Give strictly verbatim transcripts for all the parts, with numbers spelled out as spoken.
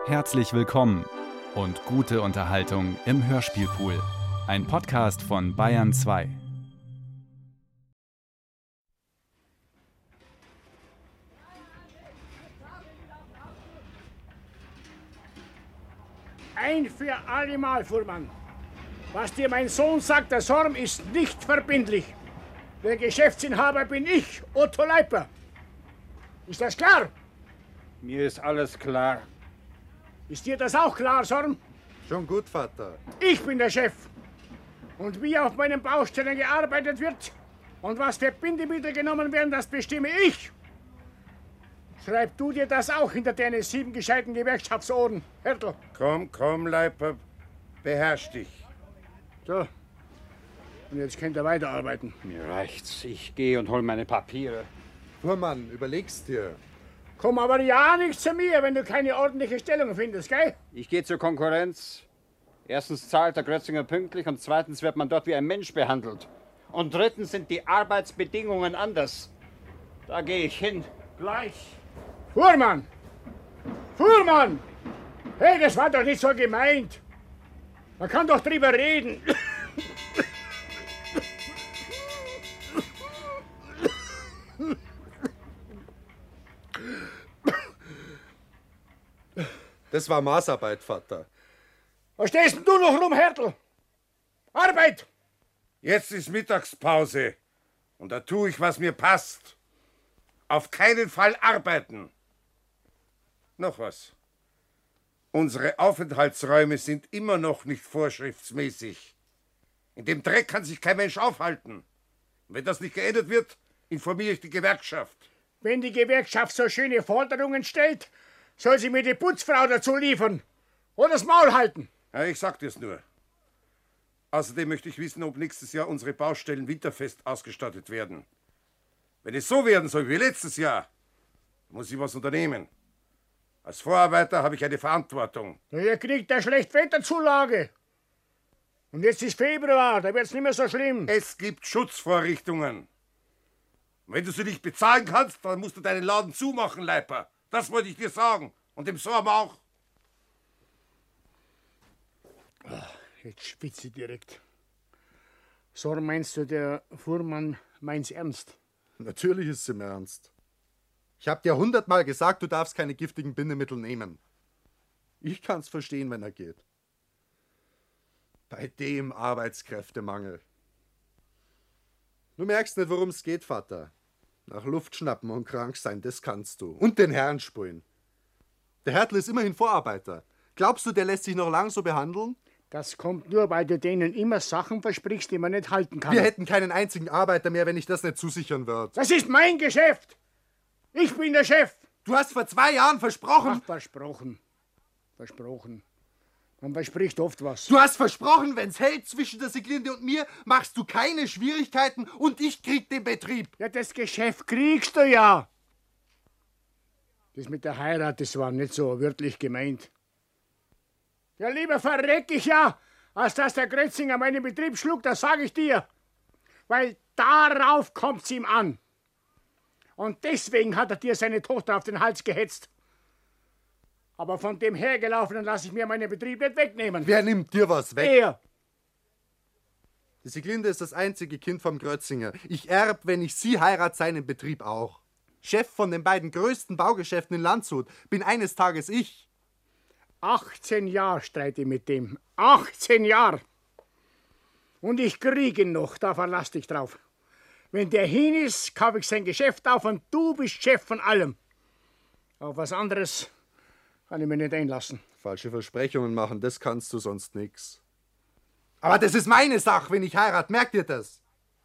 Herzlich willkommen und gute Unterhaltung im Hörspielpool. Ein Podcast von Bayern zwei. Ein für alle Mal, Fuhrmann. Was dir mein Sohn sagt, der Sorm, ist nicht verbindlich. Der Geschäftsinhaber bin ich, Otto Leiper. Ist das klar? Mir ist alles klar. Ist dir das auch klar, Sorm? Schon gut, Vater. Ich bin der Chef. Und wie auf meinen Baustellen gearbeitet wird und was für Bindemittel genommen werden, das bestimme ich. Schreib du dir das auch hinter deine sieben gescheiten Gewerkschaftsohren, Hertel. Komm, komm, Leiper, beherrsch dich. So, und jetzt könnt ihr weiterarbeiten. Mir reicht's. Ich gehe und hol meine Papiere. Fuhrmann, überlegst dir. Komm aber ja nicht zu mir, wenn du keine ordentliche Stellung findest, gell? Ich gehe zur Konkurrenz. Erstens zahlt der Grötzinger pünktlich und zweitens wird man dort wie ein Mensch behandelt. Und drittens sind die Arbeitsbedingungen anders. Da gehe ich hin. Gleich. Fuhrmann! Fuhrmann! Hey, das war doch nicht so gemeint. Man kann doch drüber reden. Das war Maßarbeit, Vater. Was stehst denn du noch rum, Hertel? Arbeit! Jetzt ist Mittagspause und da tue ich, was mir passt. Auf keinen Fall arbeiten. Noch was. Unsere Aufenthaltsräume sind immer noch nicht vorschriftsmäßig. In dem Dreck kann sich kein Mensch aufhalten. Und wenn das nicht geändert wird, informiere ich die Gewerkschaft. Wenn die Gewerkschaft so schöne Forderungen stellt, soll sie mir die Putzfrau dazu liefern. Oder das Maul halten. Ja, ich sag dir's nur. Außerdem möchte ich wissen, ob nächstes Jahr unsere Baustellen winterfest ausgestattet werden. Wenn es so werden soll wie letztes Jahr, muss ich was unternehmen. Als Vorarbeiter habe ich eine Verantwortung. Ja, ihr kriegt eine Schlechtwetterzulage. Und jetzt ist Februar, da wird's nicht mehr so schlimm. Es gibt Schutzvorrichtungen. Und wenn du sie nicht bezahlen kannst, dann musst du deinen Laden zumachen, Leiper. Das wollte ich dir sagen. Und dem Sorm auch. Jetzt spitze ich direkt. Sorm, meinst du, der Fuhrmann meint's ernst? Natürlich ist es im Ernst. Ich hab dir hundertmal gesagt, du darfst keine giftigen Bindemittel nehmen. Ich kann's verstehen, wenn er geht. Bei dem Arbeitskräftemangel. Du merkst nicht, worum es geht, Vater. Nach Luft schnappen und krank sein, das kannst du. Und den Herrn spulen. Der Hertel ist immerhin Vorarbeiter. Glaubst du, der lässt sich noch lang so behandeln? Das kommt nur, weil du denen immer Sachen versprichst, die man nicht halten kann. Wir hätten keinen einzigen Arbeiter mehr, wenn ich das nicht zusichern würde. Das ist mein Geschäft. Ich bin der Chef. Du hast vor zwei Jahren versprochen... Ach, versprochen. Versprochen. Man verspricht oft was. Du hast versprochen, wenn's hält zwischen der Siglinde und mir, machst du keine Schwierigkeiten und ich krieg den Betrieb. Ja, das Geschäft kriegst du ja. Das mit der Heirat, das war nicht so wörtlich gemeint. Ja, lieber verreck ich ja, als dass der Grötzinger meinen Betrieb schlug, das sage ich dir. Weil darauf kommt's ihm an. Und deswegen hat er dir seine Tochter auf den Hals gehetzt. Aber von dem Hergelaufenen lasse ich mir meinen Betrieb nicht wegnehmen. Wer nimmt dir was weg? Er. Die Siglinde ist das einzige Kind vom Grötzinger. Ich erb, wenn ich sie heirat, seinen Betrieb auch. Chef von den beiden größten Baugeschäften in Landshut bin eines Tages ich. achtzehn Jahre streite ich mit dem. achtzehn Jahre. Und ich krieg ihn noch, da verlass dich drauf. Wenn der hin ist, kaufe ich sein Geschäft auf und du bist Chef von allem. Auf was anderes kann ich mich nicht einlassen. Falsche Versprechungen machen, das kannst du sonst nix. Aber das ist meine Sache, wenn ich heirat, merkt ihr das?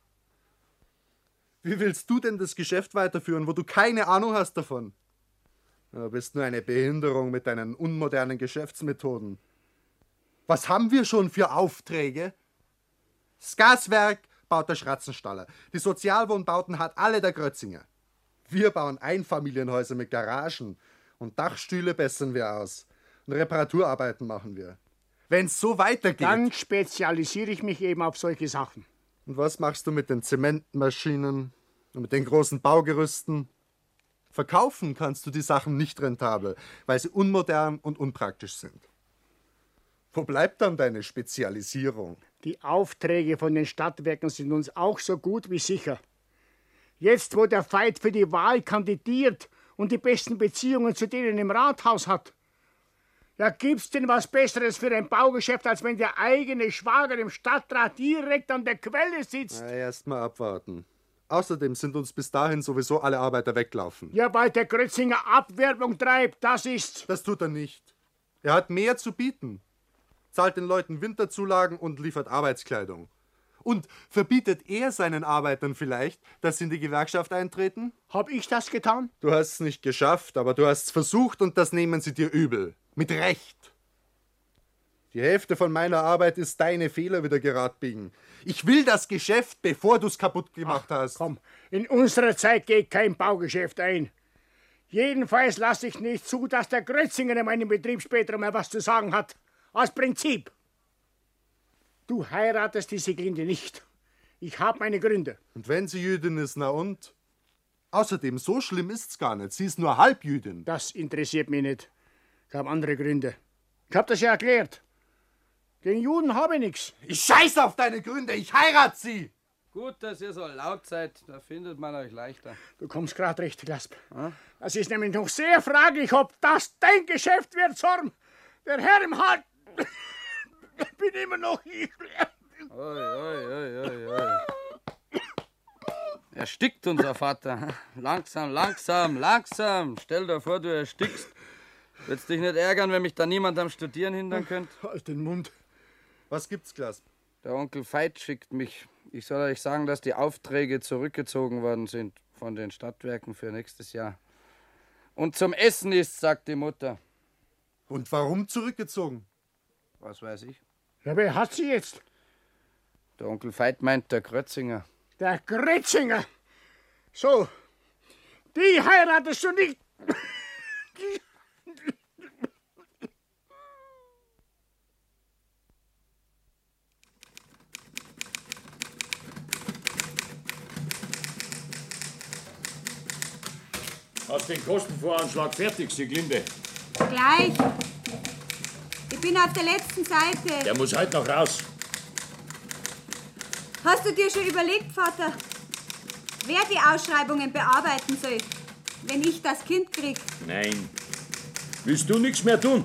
Wie willst du denn das Geschäft weiterführen, wo du keine Ahnung hast davon? Du bist nur eine Behinderung mit deinen unmodernen Geschäftsmethoden. Was haben wir schon für Aufträge? Das Gaswerk baut der Schratzenstaller. Die Sozialwohnbauten hat alle der Grötzinger. Wir bauen Einfamilienhäuser mit Garagen und Dachstühle bessern wir aus. Und Reparaturarbeiten machen wir. Wenn's so weitergeht... Dann spezialisiere ich mich eben auf solche Sachen. Und was machst du mit den Zementmaschinen und mit den großen Baugerüsten? Verkaufen kannst du die Sachen nicht rentabel, weil sie unmodern und unpraktisch sind. Wo bleibt dann deine Spezialisierung? Die Aufträge von den Stadtwerken sind uns auch so gut wie sicher. Jetzt, wo der Veit für die Wahl kandidiert und die besten Beziehungen zu denen im Rathaus hat, ja, gibt's denn was Besseres für ein Baugeschäft, als wenn der eigene Schwager im Stadtrat direkt an der Quelle sitzt? Na, erst mal abwarten. Außerdem sind uns bis dahin sowieso alle Arbeiter weglaufen. Ja, weil der Grötzinger Abwerbung treibt, das ist's. Das tut er nicht. Er hat mehr zu bieten. Zahlt den Leuten Winterzulagen und liefert Arbeitskleidung. Und verbietet er seinen Arbeitern vielleicht, dass sie in die Gewerkschaft eintreten? Hab ich das getan? Du hast es nicht geschafft, aber du hast es versucht und das nehmen sie dir übel. Mit Recht. Die Hälfte von meiner Arbeit ist deine Fehler wieder geradbiegen. Ich will das Geschäft, bevor du es kaputt gemacht Ach, hast. Komm, in unserer Zeit geht kein Baugeschäft ein. Jedenfalls lasse ich nicht zu, dass der Grötzinger in meinem Betrieb später mal was zu sagen hat. Aus Prinzip. Du heiratest die Sieglinde nicht. Ich habe meine Gründe. Und wenn sie Jüdin ist, na und? Außerdem, so schlimm ist's gar nicht. Sie ist nur Halbjüdin. Das interessiert mich nicht. Ich habe andere Gründe. Ich habe das ja erklärt. Gegen Juden habe ich nichts. Ich scheiß auf deine Gründe. Ich heirat sie. Gut, dass ihr so laut seid. Da findet man euch leichter. Du kommst gerade recht, Glasp. Es ist nämlich noch sehr fraglich, ob das dein Geschäft wird, Zorn. Der Herr im Halt... Ich bin immer noch ich. Oi, oi, oi, oi, oi. Erstickt unser Vater. Langsam, langsam, langsam. Stell dir vor, du erstickst. Würdest dich nicht ärgern, wenn mich da niemand am Studieren hindern könnte? Halt den Mund. Was gibt's, Glas? Der Onkel Veit schickt mich. Ich soll euch sagen, dass die Aufträge zurückgezogen worden sind von den Stadtwerken für nächstes Jahr. Und zum Essen ist, sagt die Mutter. Und warum zurückgezogen? Was weiß ich. Ja, wer hat sie jetzt? Der Onkel Veit meint der Grötzinger. Der Grötzinger. So, die heiratest du nicht. Hast den Kostenvoranschlag fertig, Sieglinde? Gleich. Ich bin auf der letzten Seite. Der muss heute noch raus. Hast du dir schon überlegt, Vater, wer die Ausschreibungen bearbeiten soll, wenn ich das Kind krieg? Nein. Willst du nichts mehr tun?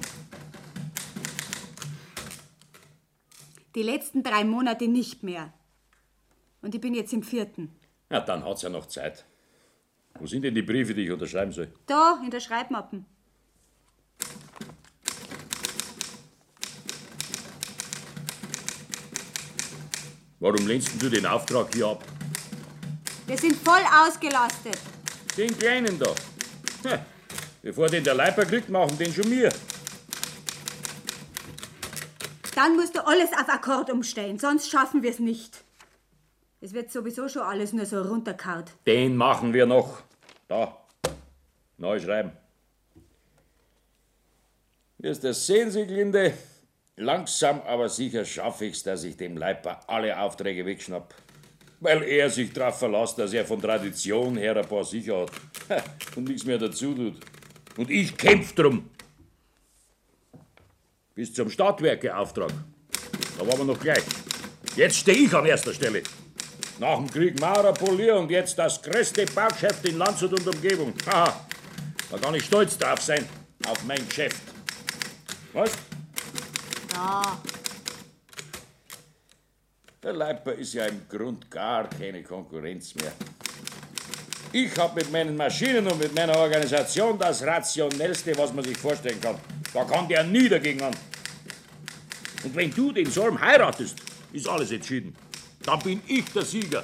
Die letzten drei Monate nicht mehr. Und ich bin jetzt im vierten. Ja, dann hat's ja noch Zeit. Wo sind denn die Briefe, die ich unterschreiben soll? Da, in der Schreibmappen. Warum lehnst denn du den Auftrag hier ab? Wir sind voll ausgelastet. Den Kleinen da. Ha, bevor den der Leiper kriegt, machen den schon wir. Dann musst du alles auf Akkord umstellen, sonst schaffen wir es nicht. Es wird sowieso schon alles nur so runterkaut. Den machen wir noch. Da. Neu schreiben. Wirst du sehen, Sieglinde? Langsam, aber sicher schaffe ich's, dass ich dem Leiper alle Aufträge wegschnapp. Weil er sich darauf verlässt, dass er von Tradition her ein paar sicher hat. Und nichts mehr dazu tut. Und ich kämpf drum. Bis zum Stadtwerkeauftrag. Da waren wir noch gleich. Jetzt stehe ich an erster Stelle. Nach dem Krieg Maurer, Polier und jetzt das größte Baugeschäft in Landshut und Umgebung. Haha, da kann ich stolz drauf sein, auf mein Geschäft. Was? Ja. Der Leiper ist ja im Grund gar keine Konkurrenz mehr. Ich hab mit meinen Maschinen und mit meiner Organisation das Rationellste, was man sich vorstellen kann. Da kann der nie dagegen an. Und wenn du den Solm heiratest, ist alles entschieden. Dann bin ich der Sieger.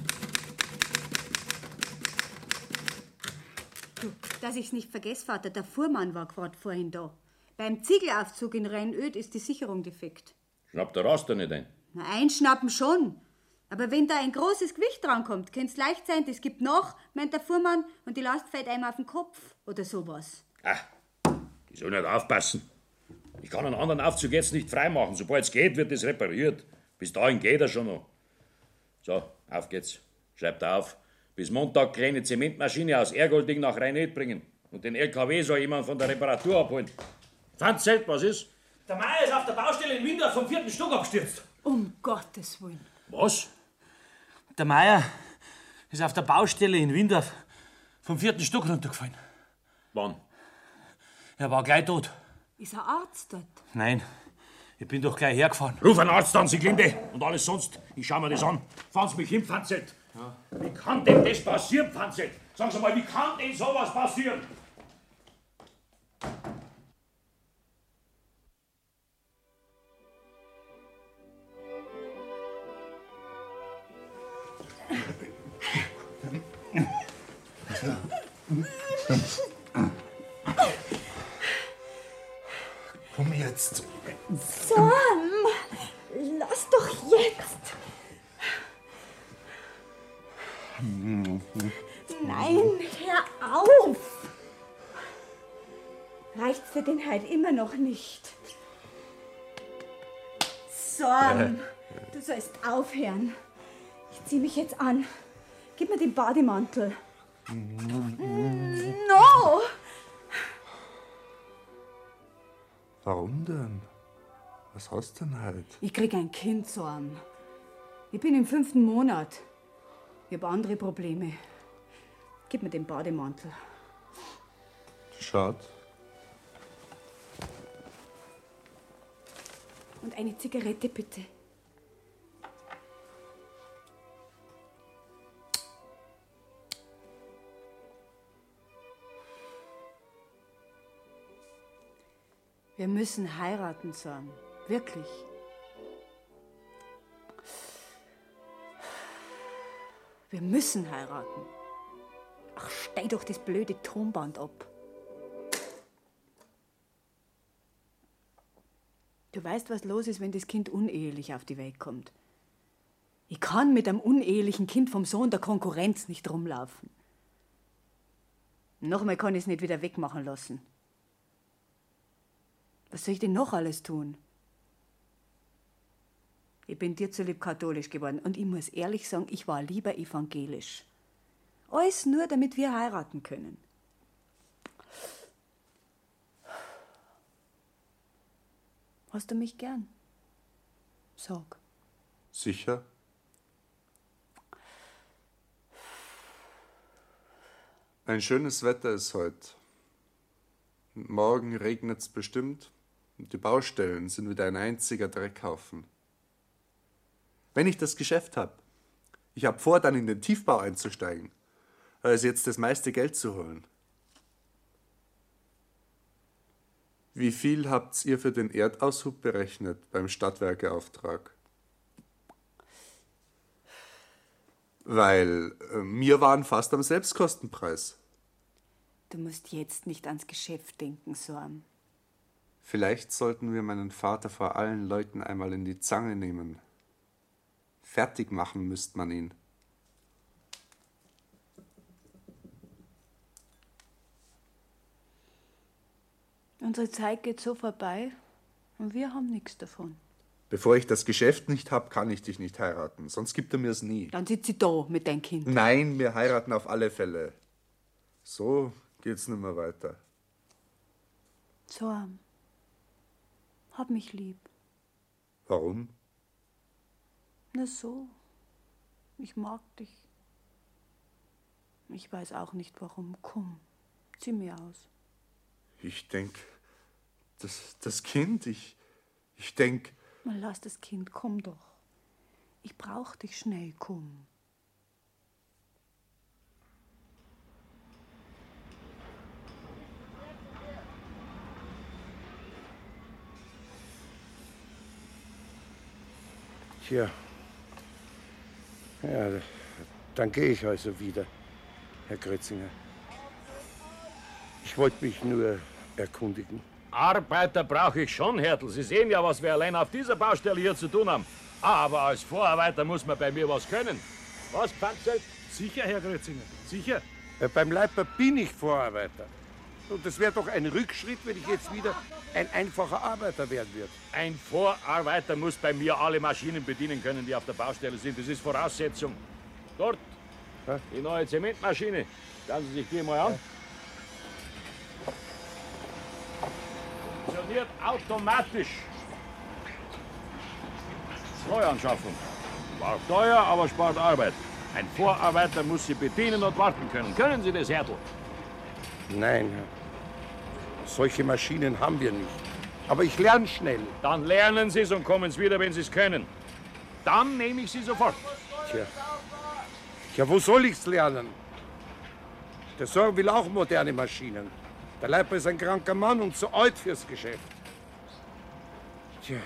Du, dass ich's nicht vergesse, Vater, der Fuhrmann war gerade vorhin da. Beim Ziegelaufzug in Rheinöd ist die Sicherung defekt. Schnappt der Raster nicht ein. Na, einschnappen schon. Aber wenn da ein großes Gewicht drankommt, könnte es leicht sein, das gibt nach, meint der Fuhrmann, und die Last fällt einem auf den Kopf oder sowas. Ah, die soll nicht aufpassen. Ich kann einen anderen Aufzug jetzt nicht freimachen. Sobald es geht, wird es repariert. Bis dahin geht er schon noch. So, auf geht's. Schreibt auf. Bis Montag kleine Zementmaschine aus Ergolding nach Rheined bringen. Und den L K W soll jemand von der Reparatur abholen. Fanzelt, was ist? Der Meier ist auf der Baustelle in Windorf vom vierten Stock abgestürzt. Um Gottes Willen. Was? Der Meier ist auf der Baustelle in Windorf vom vierten Stock runtergefallen. Wann? Er war gleich tot. Ist ein Arzt dort? Nein, ich bin doch gleich hergefahren. Ruf einen Arzt an, Sieglinde. Und alles sonst. Ich schau mir das an. Fahren Sie mich hin, Fanzelt. Ja. Wie kann denn das passieren, Fanzelt? Sagen Sie mal, wie kann denn sowas passieren? Komm jetzt. Sam, lass doch jetzt. Nein, hör auf. Reicht's für den halt immer noch nicht? Sam, du sollst aufhören. Ich zieh mich jetzt an. Gib mir den Bademantel. No! Warum denn? Was hast du denn halt? Ich krieg ein Kind, Sam. Ich bin im fünften Monat. Ich habe andere Probleme. Gib mir den Bademantel. Schade. Und eine Zigarette, bitte. Wir müssen heiraten, Sam. Wirklich. Wir müssen heiraten. Ach, stell doch das blöde Tonband ab. Du weißt, was los ist, wenn das Kind unehelich auf die Welt kommt. Ich kann mit einem unehelichen Kind vom Sohn der Konkurrenz nicht rumlaufen. Nochmal kann ich es nicht wieder wegmachen lassen. Was soll ich denn noch alles tun? Ich bin dir zulieb katholisch geworden und ich muss ehrlich sagen, ich war lieber evangelisch. Alles nur, damit wir heiraten können. Hast du mich gern? Sag. Sicher? Ein schönes Wetter ist heute. Morgen regnet's bestimmt und die Baustellen sind wieder ein einziger Dreckhaufen. Wenn ich das Geschäft hab, ich hab vor, dann in den Tiefbau einzusteigen, also jetzt das meiste Geld zu holen. Wie viel habt ihr für den Erdaushub berechnet beim Stadtwerkeauftrag? Weil äh, wir waren fast am Selbstkostenpreis. Du musst jetzt nicht ans Geschäft denken, Sam. Vielleicht sollten wir meinen Vater vor allen Leuten einmal in die Zange nehmen. Fertig machen müsste man ihn. Unsere Zeit geht so vorbei und wir haben nichts davon. Bevor ich das Geschäft nicht hab, kann ich dich nicht heiraten. Sonst gibt er mir's nie. Dann sitze ich da mit deinem Kind. Nein, wir heiraten auf alle Fälle. So geht's nicht mehr weiter. Sam, hab mich lieb. Warum? Na so. Ich mag dich. Ich weiß auch nicht warum. Komm, zieh mir aus. Ich denk, das, das Kind, ich, ich denk... Mal lass das Kind, komm doch. Ich brauch dich schnell, komm. Tja. Ja, dann gehe ich also wieder, Herr Grötzinger. Ich wollte mich nur erkundigen. Arbeiter brauche ich schon, Hertel. Sie sehen ja, was wir allein auf dieser Baustelle hier zu tun haben. Aber als Vorarbeiter muss man bei mir was können. Was, Pfanzelt? Sicher, Herr Grötzinger, sicher. Ja, beim Leiper bin ich Vorarbeiter. Und es wäre doch ein Rückschritt, wenn ich jetzt wieder ein einfacher Arbeiter werden würde. Ein Vorarbeiter muss bei mir alle Maschinen bedienen können, die auf der Baustelle sind. Das ist Voraussetzung. Dort Die neue Zementmaschine. Schauen Sie sich die mal an. Funktioniert automatisch. Neuanschaffung. War teuer, aber spart Arbeit. Ein Vorarbeiter muss Sie bedienen und warten können. Können Sie das, Hertel? Nein, solche Maschinen haben wir nicht. Aber ich lerne schnell. Dann lernen Sie es und kommen Sie wieder, wenn Sie es können. Dann nehme ich Sie sofort. Tja. Ja, wo soll ich's lernen? Der Sohn will auch moderne Maschinen. Der Leiper ist ein kranker Mann und zu alt fürs Geschäft. Tja.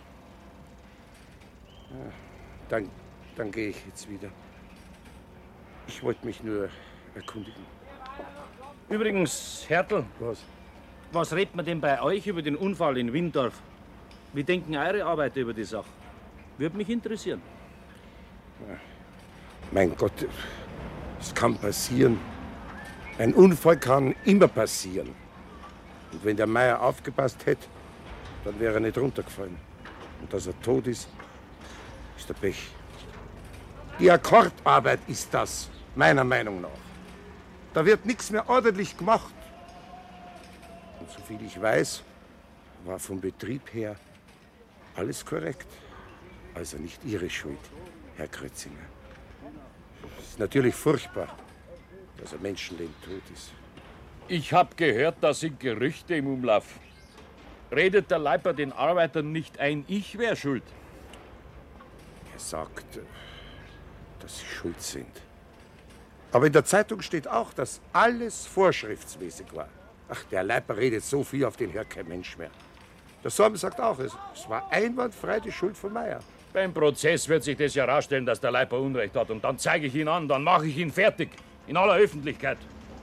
Ja, dann, dann gehe ich jetzt wieder. Ich wollte mich nur erkundigen. Übrigens, Hertel, Was? was redet man denn bei euch über den Unfall in Windorf? Wie denken eure Arbeiter über die Sache? Würde mich interessieren. Ja. Mein Gott, es kann passieren. Ein Unfall kann immer passieren. Und wenn der Meier aufgepasst hätte, dann wäre er nicht runtergefallen. Und dass er tot ist, ist der Pech. Die Akkordarbeit ist das, meiner Meinung nach. Da wird nichts mehr ordentlich gemacht. Und soviel ich weiß, war vom Betrieb her alles korrekt. Also nicht Ihre Schuld, Herr Krötzinger. Es ist natürlich furchtbar, dass ein Menschenleben tot ist. Ich habe gehört, da sind Gerüchte im Umlauf. Redet der Leiper den Arbeitern nicht ein, ich wäre schuld? Er sagt, dass sie schuld sind. Aber in der Zeitung steht auch, dass alles vorschriftsmäßig war. Ach, der Leiper redet so viel, auf den hört kein Mensch mehr. Der Sorben sagt auch, es, es war einwandfrei die Schuld von Meier. Beim Prozess wird sich das ja herausstellen, dass der Leiper Unrecht hat. Und dann zeige ich ihn an, dann mache ich ihn fertig. In aller Öffentlichkeit.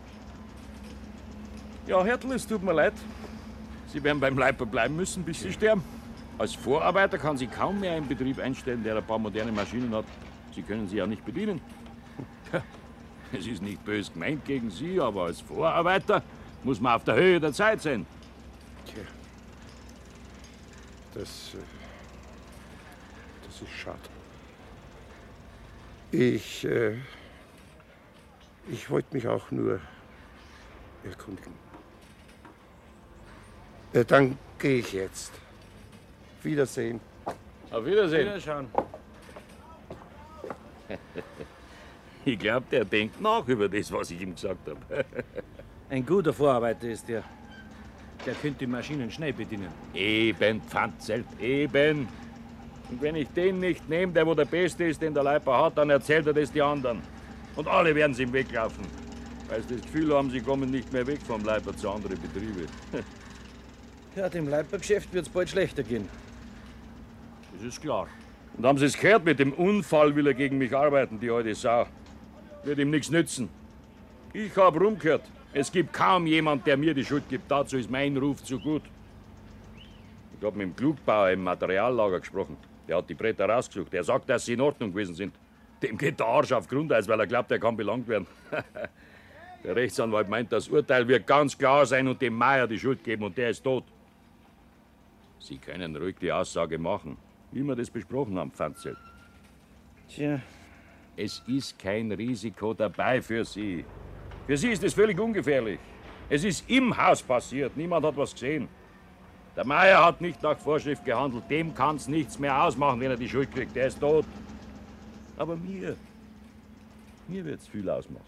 Ja, Hertel, es tut mir leid. Sie werden beim Leiper bleiben müssen, bis Sie sterben. Als Vorarbeiter kann Sie kaum mehr einen Betrieb einstellen, der ein paar moderne Maschinen hat. Sie können sie ja nicht bedienen. Es ist nicht bös gemeint gegen Sie, aber als Vorarbeiter muss man auf der Höhe der Zeit sein. Tja, das, das ist schade. Ich, äh, ich wollte mich auch nur erkundigen. Äh, dann gehe ich jetzt. Wiedersehen. Auf Wiedersehen. Wiederschauen. Ich glaube, der denkt nach über das, was ich ihm gesagt habe. Ein guter Vorarbeiter ist der. Der könnte die Maschinen schnell bedienen. Eben, Pfandzelt, eben. Und wenn ich den nicht nehme, der wo der Beste ist, den der Leiper hat, dann erzählt er das die anderen. Und alle werden sie ihm weglaufen. Weil sie das Gefühl haben, sie kommen nicht mehr weg vom Leiper zu anderen Betrieben. Ja, dem Leipergeschäft wird es bald schlechter gehen. Das ist klar. Und haben Sie es gehört, mit dem Unfall will er gegen mich arbeiten, die alte Sau. Wird ihm nichts nützen. Ich habe rumgehört. Es gibt kaum jemand, der mir die Schuld gibt. Dazu ist mein Ruf zu gut. Ich habe mit dem Klugbauer im Materiallager gesprochen. Der hat die Bretter rausgesucht. Er sagt, dass sie in Ordnung gewesen sind. Dem geht der Arsch auf Grundeis, weil er glaubt, er kann belangt werden. Der Rechtsanwalt meint, das Urteil wird ganz klar sein und dem Meier die Schuld geben und der ist tot. Sie können ruhig die Aussage machen, wie wir das besprochen haben, Pfandzelt. Tja. Es ist kein Risiko dabei für Sie. Für Sie ist es völlig ungefährlich. Es ist im Haus passiert, niemand hat was gesehen. Der Meier hat nicht nach Vorschrift gehandelt, dem kann es nichts mehr ausmachen, wenn er die Schuld kriegt, der ist tot. Aber mir, mir wird es viel ausmachen.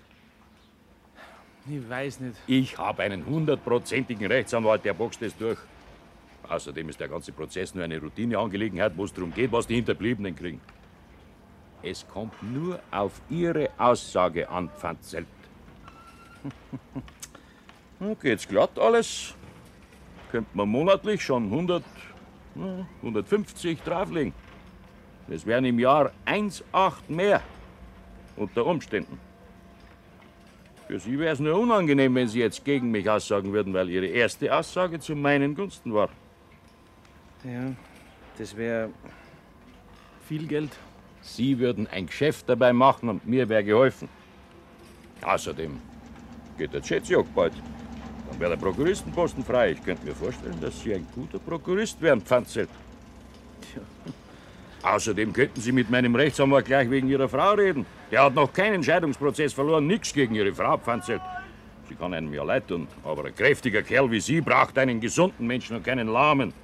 Ich weiß nicht. Ich habe einen hundertprozentigen Rechtsanwalt, der boxt es durch. Außerdem ist der ganze Prozess nur eine Routineangelegenheit, wo es darum geht, was die Hinterbliebenen kriegen. Es kommt nur auf Ihre Aussage an, Pfandzelt. Geht's glatt alles? Könnte man monatlich schon hundert, hundertfünfzig drauflegen. Das wären im Jahr eins Komma acht mehr. Unter Umständen. Für Sie wäre es nur unangenehm, wenn Sie jetzt gegen mich aussagen würden, weil Ihre erste Aussage zu meinen Gunsten war. Ja, das wäre viel Geld. Sie würden ein Geschäft dabei machen und mir wäre geholfen. Außerdem geht der Tschetschjok bald. Dann wäre der Prokuristenposten frei. Ich könnte mir vorstellen, dass Sie ein guter Prokurist wären, Pfandzelt. Tja, Außerdem könnten Sie mit meinem Rechtsanwalt gleich wegen Ihrer Frau reden. Der hat noch keinen Scheidungsprozess verloren, nichts gegen Ihre Frau pfanzelt. Sie kann einem ja leid tun, aber ein kräftiger Kerl wie Sie braucht einen gesunden Menschen und keinen lahmen.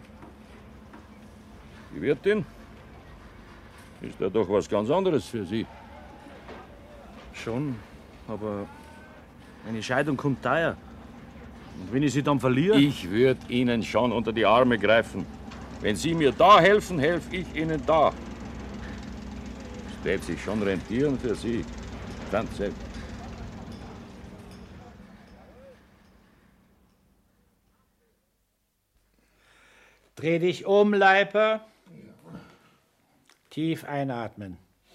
Die Wirtin? Ist ja doch was ganz anderes für Sie. Schon, aber eine Scheidung kommt teuer. Und wenn ich sie dann verliere? Ich würde Ihnen schon unter die Arme greifen. Wenn Sie mir da helfen, helfe ich Ihnen da. Es wird sich schon rentieren für Sie. Ganz selbst. Dreh dich um, Leiper. Tief einatmen.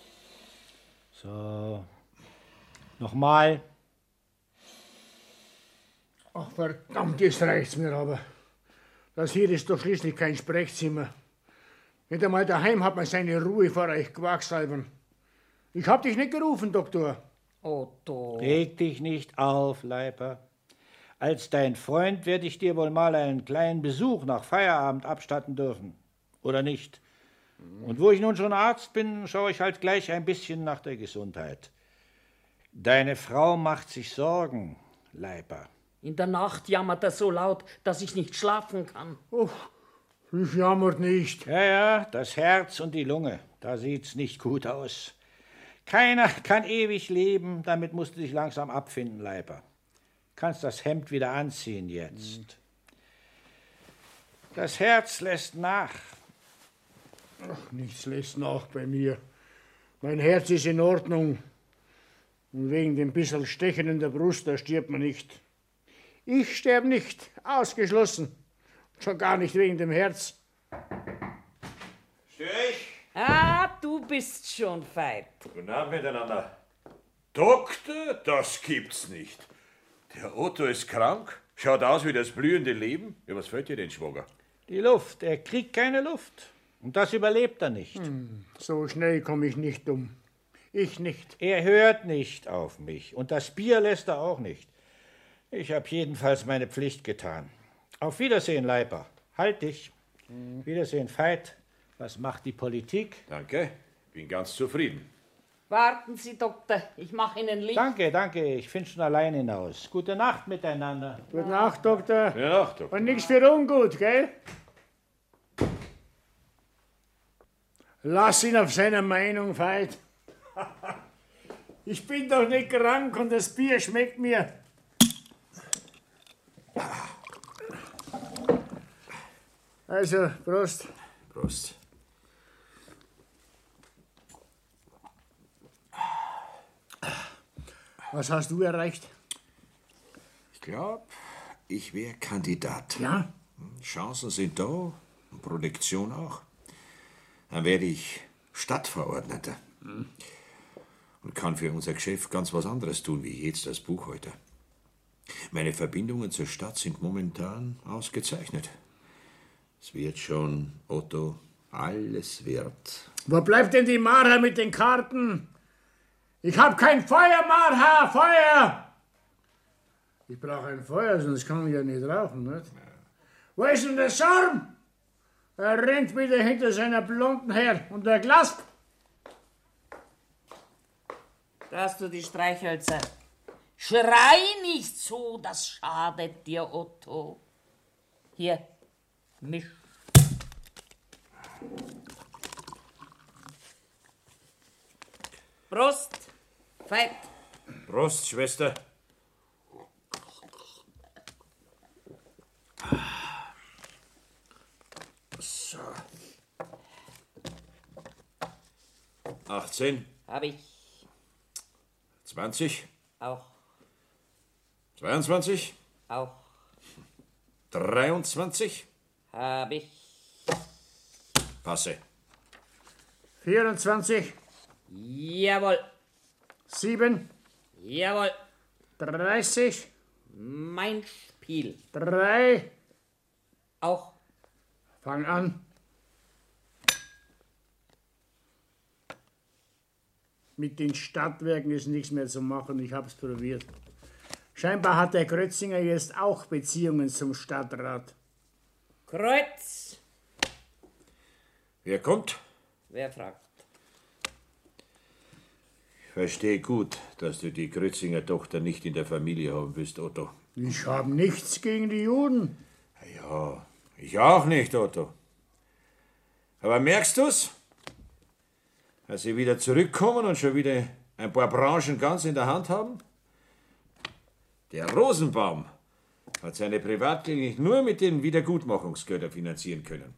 So. Nochmal. Ach, verdammt, jetzt reicht's mir aber. Das hier ist doch schließlich kein Sprechzimmer. Nicht einmal daheim hat man seine Ruhe vor euch Quacksalbern. Ich hab dich nicht gerufen, Doktor. Otto. Reg dich nicht auf, Leiper. Als dein Freund werde ich dir wohl mal einen kleinen Besuch nach Feierabend abstatten dürfen. Oder nicht? Und wo ich nun schon Arzt bin, schaue ich halt gleich ein bisschen nach der Gesundheit. Deine Frau macht sich Sorgen, Leiper. In der Nacht jammert er so laut, dass ich nicht schlafen kann. Oh, ich jammert nicht. Ja, ja, das Herz und die Lunge, da sieht's nicht gut aus. Keiner kann ewig leben, damit musst du dich langsam abfinden, Leiper. Kannst das Hemd wieder anziehen jetzt. Das Herz lässt nach. Ach, nichts lässt nach bei mir. Mein Herz ist in Ordnung. Und wegen dem bisschen Stechen in der Brust, da stirbt man nicht. Ich sterb nicht, ausgeschlossen. Schon gar nicht wegen dem Herz. Störe ich? Ah, du bist schon feit. Guten Abend miteinander. Doktor, das gibt's nicht. Der Otto ist krank, schaut aus wie das blühende Leben. Ja, was fällt dir denn, Schwager? Die Luft, er kriegt keine Luft. Und das überlebt er nicht. Hm, so schnell komme ich nicht um. Ich nicht. Er hört nicht auf mich. Und das Bier lässt er auch nicht. Ich habe jedenfalls meine Pflicht getan. Auf Wiedersehen, Leiper. Halt dich. Mhm. Wiedersehen, Veit. Was macht die Politik? Danke, bin ganz zufrieden. Warten Sie, Doktor, ich mache Ihnen Licht. Danke, danke, ich finde schon allein hinaus. Gute Nacht miteinander. Gute Nacht, Doktor. Gute Nacht, Doktor. Und nichts für ungut, gell? Lass ihn auf seiner Meinung, Veit. Ich bin doch nicht krank und das Bier schmeckt mir. Also, Prost. Prost. Was hast du erreicht? Ich glaube, ich wäre Kandidat. Ja? Chancen sind da, und Produktion auch. Dann werde ich Stadtverordneter. Hm. Und kann für unser Geschäft ganz was anderes tun, wie jetzt als Buchhalter. Meine Verbindungen zur Stadt sind momentan ausgezeichnet. Es wird schon, Otto, alles wert. Wo bleibt denn die Mara mit den Karten? Ich hab kein Feuer, Marha, Feuer! Ich brauche ein Feuer, sonst kann ich ja nicht rauchen, nicht? Ja. Wo ist denn der Sorm? Er rennt wieder hinter seiner Blonden her. Und der Glasp? Da hast du die Streichhölzer. Schrei nicht so, das schadet dir, Otto. Hier, misch. Prost, Veit. Prost, Schwester. So. achtzehn. Hab ich. zwanzig. Auch. zweiundzwanzig. Auch. dreiundzwanzig. Hab ich. Passe. vierundzwanzig. Jawohl. sieben. Jawohl. dreißig. Mein Spiel. drei. Auch. Fang an. Mit den Stadtwerken ist nichts mehr zu machen, ich hab's probiert. Scheinbar hat der Grötzinger jetzt auch Beziehungen zum Stadtrat. Kreuz. Wer kommt? Wer fragt? Ich verstehe gut, dass du die Grützinger Tochter nicht in der Familie haben willst, Otto. Ich habe nichts gegen die Juden. Ja, ich auch nicht, Otto. Aber merkst du's? Als sie wieder zurückkommen und schon wieder ein paar Branchen ganz in der Hand haben? Der Rosenbaum hat seine Privatklinik nur mit den Wiedergutmachungsgeldern finanzieren können.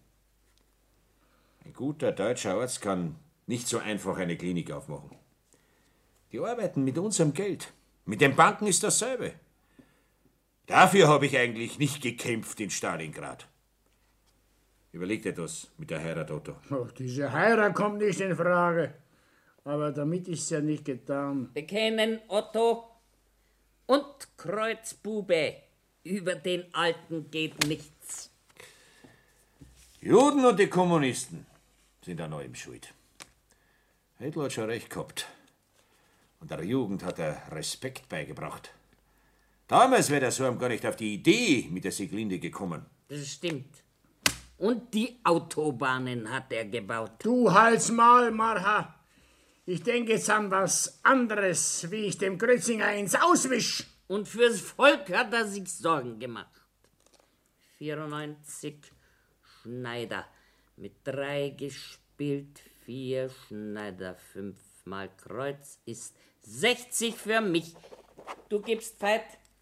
Ein guter deutscher Arzt kann nicht so einfach eine Klinik aufmachen. Die arbeiten mit unserem Geld. Mit den Banken ist dasselbe. Dafür habe ich eigentlich nicht gekämpft in Stalingrad. Überleg dir das mit der Heirat, Otto. Oh, diese Heirat kommt nicht in Frage. Aber damit ist ja nicht getan. Bekennen, Otto und Kreuzbube. Über den Alten geht nichts. Juden und die Kommunisten sind an allem schuld. Hitler hat schon recht gehabt. Und der Jugend hat er Respekt beigebracht. Damals wäre der Sorm gar nicht auf die Idee mit der Sieglinde gekommen. Das stimmt. Und die Autobahnen hat er gebaut. Du halt's Maul, Marha. Ich denke jetzt an was anderes, wie ich dem Grötzinger ins Auswisch. Und fürs Volk hat er sich Sorgen gemacht. vierundneunzig Schneider. Mit drei gespielt, vier Schneider, fünfmal Kreuz ist sechzig für mich. Du gibst Veit.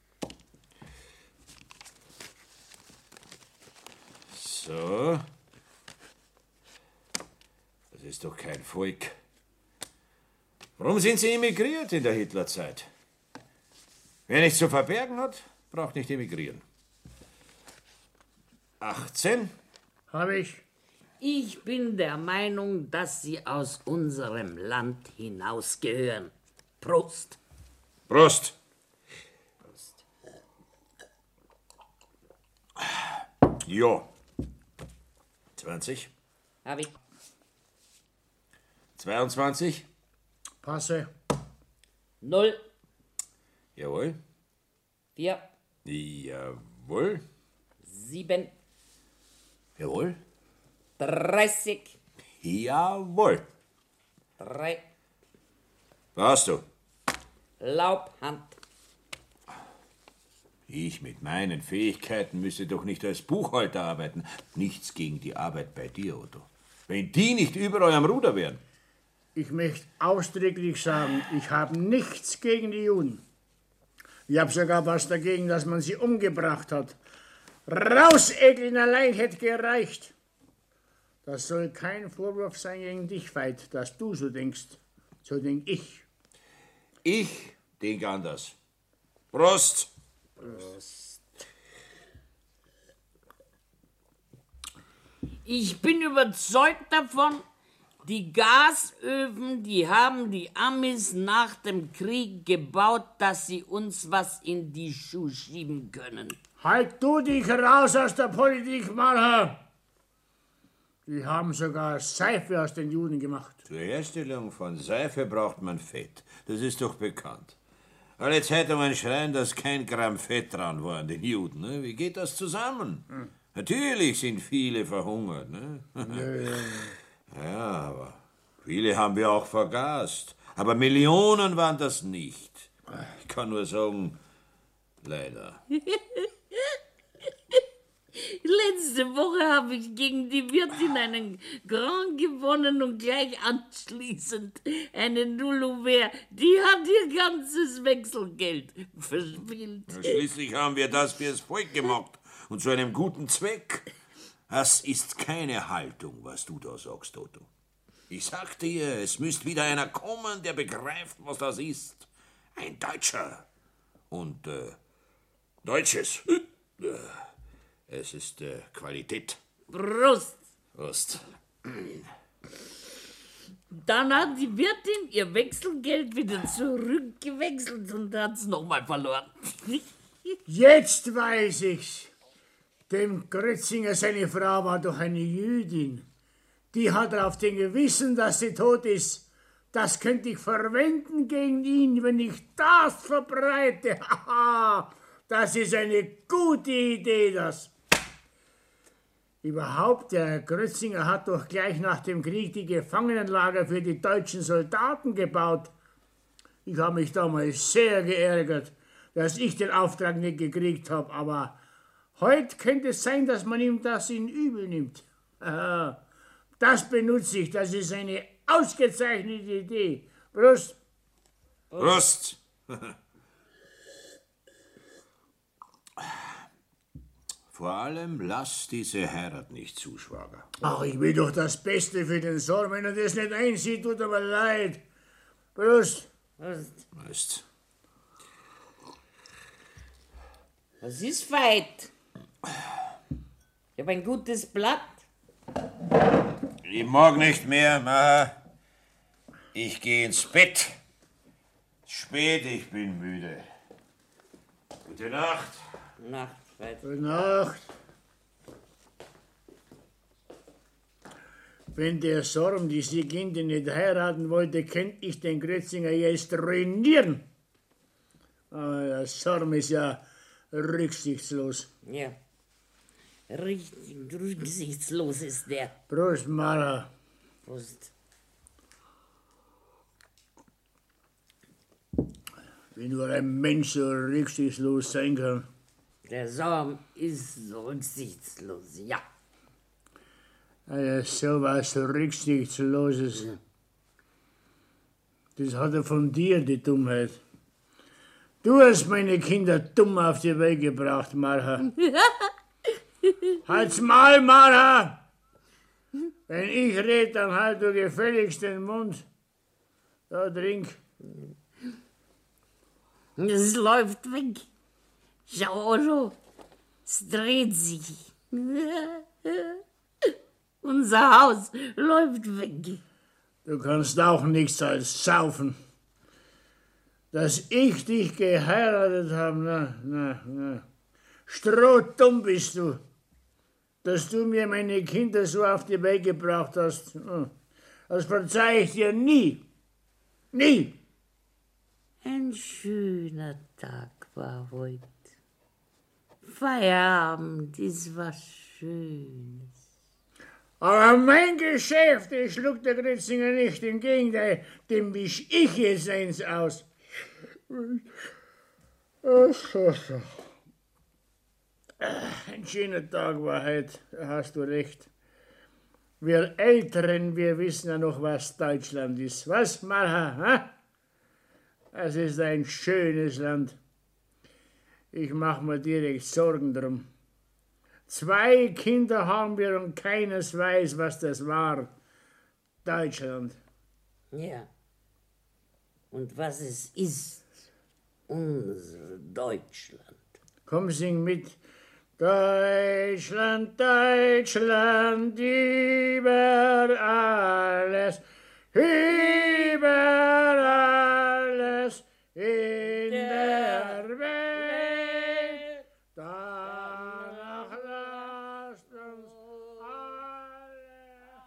So. Das ist doch kein Volk. Warum sind sie emigriert in der Hitlerzeit? Wer nichts zu verbergen hat, braucht nicht emigrieren. achtzehn? Hab ich. Ich bin der Meinung, dass sie aus unserem Land hinausgehören. Prost. Prost. Prost. Ja. zwanzig. Hab ich. zweiundzwanzig. Passe. Null. Jawohl. Vier. Jawohl. Sieben. Jawohl. Dreißig. Jawohl. Drei. Was hast du? Laubhand. Ich mit meinen Fähigkeiten müsste doch nicht als Buchhalter arbeiten. Nichts gegen die Arbeit bei dir, Otto. Wenn die nicht überall am Ruder wären. Ich möchte ausdrücklich sagen, ich habe nichts gegen die Juden. Ich habe sogar was dagegen, dass man sie umgebracht hat. Rausekeln allein hätte gereicht. Das soll kein Vorwurf sein gegen dich, Veit, dass du so denkst. So denk ich. Ich denke anders. Prost! Prost. Ich bin überzeugt davon, die Gasöfen, die haben die Amis nach dem Krieg gebaut, dass sie uns was in die Schuhe schieben können. Halt du dich raus aus der Politik, Malher! Die haben sogar Seife aus den Juden gemacht. Zur Herstellung von Seife braucht man Fett. Das ist doch bekannt. Alle Zeitungen schreien, dass kein Gramm Fett dran war an den Juden. Ne? Wie geht das zusammen? Hm. Natürlich sind viele verhungert. Ne? Ja, ja, ja. Ja, aber viele haben wir auch vergast. Aber Millionen waren das nicht. Ich kann nur sagen, leider. Letzte Woche habe ich gegen die Wirtin einen Grand gewonnen und gleich anschließend eine Nullouvert. Die hat ihr ganzes Wechselgeld verspielt. Ja, schließlich haben wir das fürs Volk gemacht und zu einem guten Zweck. Das ist keine Haltung, was du da sagst, Otto. Ich sag dir, es müsste wieder einer kommen, der begreift, was das ist. Ein Deutscher. Und äh, Deutsches. Es ist äh, Qualität. Prost. Prost. Dann hat die Wirtin ihr Wechselgeld wieder zurückgewechselt und hat es nochmal verloren. Jetzt weiß ich's. Dem Grötzinger, seine Frau war doch eine Jüdin. Die hat er auf den Gewissen, dass sie tot ist. Das könnte ich verwenden gegen ihn, wenn ich das verbreite. Haha, das ist eine gute Idee, das. Überhaupt, der Grötzinger hat doch gleich nach dem Krieg die Gefangenenlager für die deutschen Soldaten gebaut. Ich habe mich damals sehr geärgert, dass ich den Auftrag nicht gekriegt habe, aber heute könnte es sein, dass man ihm das in übel nimmt. Aha, das benutze ich, das ist eine ausgezeichnete Idee. Prost! Prost! Vor allem lass diese Heirat nicht zu, Schwager. Ach, ich will doch das Beste für den Sohn. Wenn er das nicht einsieht, tut er mir leid. Prost! Prost. Prost. Was ist weit? Ich hab ein gutes Blatt. Ich mag nicht mehr, Maha. Ich gehe ins Bett. Spät, ich bin müde. Gute Nacht. Nacht, weit. Gute Nacht. Wenn der Sorm die Sieginde nicht heiraten wollte, könnte ich den Grötzinger jetzt ruinieren. Aber der Sorm ist ja rücksichtslos. Ja. Richtig rücksichtslos ist der. Prost, Mara. Prost. Wie nur ein Mensch so rücksichtslos sein kann. Der Sorm ist so rücksichtslos, ja. Also so was Rücksichtsloses. Ja. Das hat er von dir, die Dummheit. Du hast meine Kinder dumm auf die Welt gebracht, Marha. Halt's Maul, Marha! Wenn ich red, dann halt du gefälligst den Mund. Da, trink. Es läuft weg. Schau, Otto. Es dreht sich. Unser Haus läuft weg. Du kannst auch nichts als saufen. Dass ich dich geheiratet habe, na, na, na. Strohdumm bist du. Dass du mir meine Kinder so auf die Welt gebracht hast. Das verzeih ich dir nie. Nie. Ein schöner Tag war heute. Feierabend ist was Schönes. Aber mein Geschäft, das schluckt der Grötzinger nicht. Im Gegenteil, dem wisch ich jetzt eins aus. Ein schöner Tag war heute, da hast du recht. Wir Älteren, wir wissen ja noch, was Deutschland ist. Was, Marha? Ha? Das ist ein schönes Land. Ich mach mir direkt Sorgen drum. Zwei Kinder haben wir und keines weiß, was das war. Deutschland. Ja. Und was es ist, unser Deutschland. Komm, sing mit. Deutschland, Deutschland, über alles, über alles in der Welt. Danach lasst uns alle.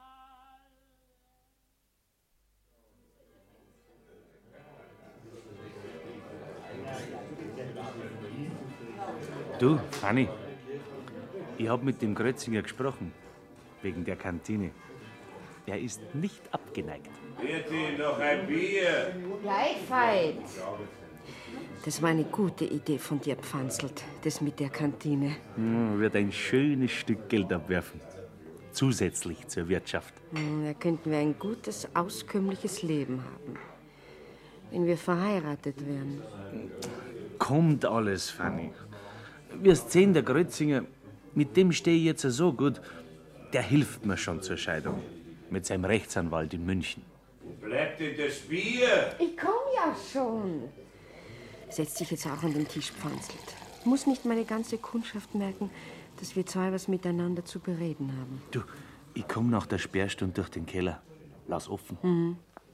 Du, Fanny, ich habe mit dem Grötzinger gesprochen, wegen der Kantine. Er ist nicht abgeneigt. Bitte noch ein Bier. Gleich, Veit. Das war eine gute Idee von dir, Pfanzelt, das mit der Kantine. Hm, wird ein schönes Stück Geld abwerfen. Zusätzlich zur Wirtschaft. Hm, da könnten wir ein gutes, auskömmliches Leben haben. Wenn wir verheiratet wären. Kommt alles, Fanny. Wirst sehen, der Grötzinger, mit dem stehe ich jetzt so gut, der hilft mir schon zur Scheidung. Mit seinem Rechtsanwalt in München. Bleibt denn das Bier? Ich komm ja schon. Setz dich jetzt auch an den Tisch, Pfanzelt. Muss nicht meine ganze Kundschaft merken, dass wir zwei was miteinander zu bereden haben. Du, ich komm nach der Sperrstunde durch den Keller. Lass offen. Mhm.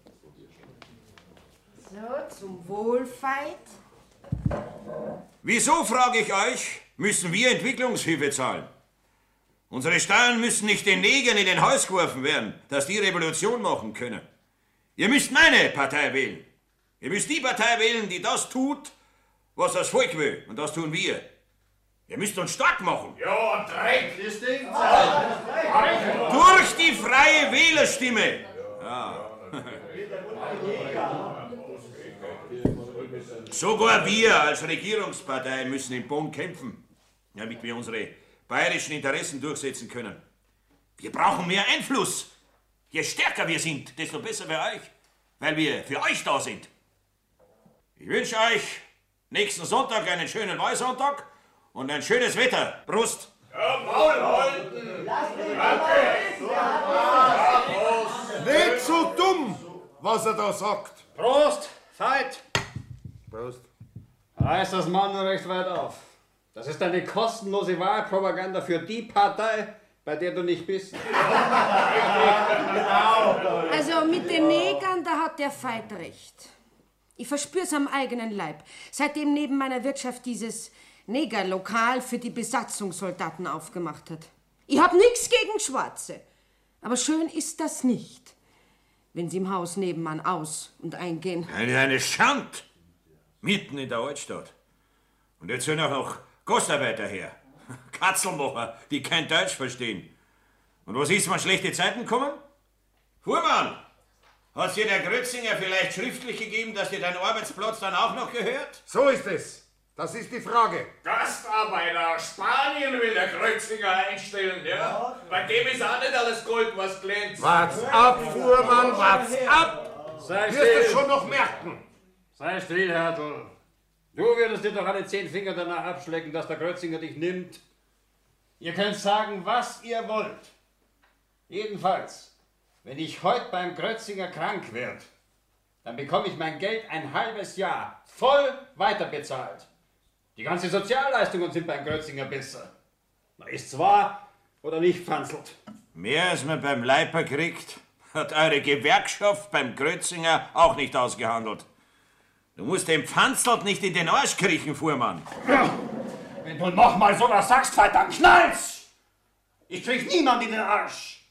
So, zum Wohl, Veit. Wieso, frage ich euch, müssen wir Entwicklungshilfe zahlen? Unsere Steuern müssen nicht den Negern in den Hals geworfen werden, dass die Revolution machen können. Ihr müsst meine Partei wählen. Ihr müsst die Partei wählen, die das tut, was das Volk will. Und das tun wir. Ihr müsst uns stark machen. Ja, und dreht. Das Ding. freie Wählerstimme. Ja. Sogar wir als Regierungspartei müssen in Bonn kämpfen, damit wir unsere bayerischen Interessen durchsetzen können. Wir brauchen mehr Einfluss. Je stärker wir sind, desto besser für euch, weil wir für euch da sind. Ich wünsche euch nächsten Sonntag einen schönen Wahlsonntag und ein schönes Wetter. Prost! Ja, Maul halten! Nicht so dumm, was er da sagt. Prost, Veit! Prost. Reiß das Mannrecht weit auf. Das ist eine kostenlose Wahlpropaganda für die Partei, bei der du nicht bist. Also mit den Negern, da hat der Veit recht. Ich verspür's am eigenen Leib. Seitdem neben meiner Wirtschaft dieses Negerlokal für die Besatzungssoldaten aufgemacht hat. Ich hab nix gegen Schwarze. Aber schön ist das nicht, wenn sie im Haus nebenan aus- und eingehen. Eine, eine Schand! Mitten in der Altstadt. Und jetzt sind auch noch Gastarbeiter her. Katzelmacher, die kein Deutsch verstehen. Und was ist, wenn schlechte Zeiten kommen? Fuhrmann, hat dir der Grötzinger vielleicht schriftlich gegeben, dass dir dein Arbeitsplatz dann auch noch gehört? So ist es. Das ist die Frage. Gastarbeiter aus Spanien will der Grötzinger einstellen, ja? Bei dem ist auch nicht alles Gold, was glänzt. Wart's ab, Fuhrmann, wart's ab! Sei Wirst still. du schon noch merken. Sei still, Hertel. Du würdest dir doch alle zehn Finger danach abschlecken, dass der Grötzinger dich nimmt. Ihr könnt sagen, was ihr wollt. Jedenfalls, wenn ich heute beim Grötzinger krank werde, dann bekomme ich mein Geld ein halbes Jahr voll weiterbezahlt. Die ganzen Sozialleistungen sind beim Grötzinger besser. Na, ist's wahr oder nicht, Pfanzelt? Mehr als man beim Leiper kriegt, hat eure Gewerkschaft beim Grötzinger auch nicht ausgehandelt. Du musst dem Pfanzelt nicht in den Arsch kriechen, Fuhrmann. Ja, wenn du noch mal so was sagst, verdammt, knall's! Ich krieg niemand in den Arsch.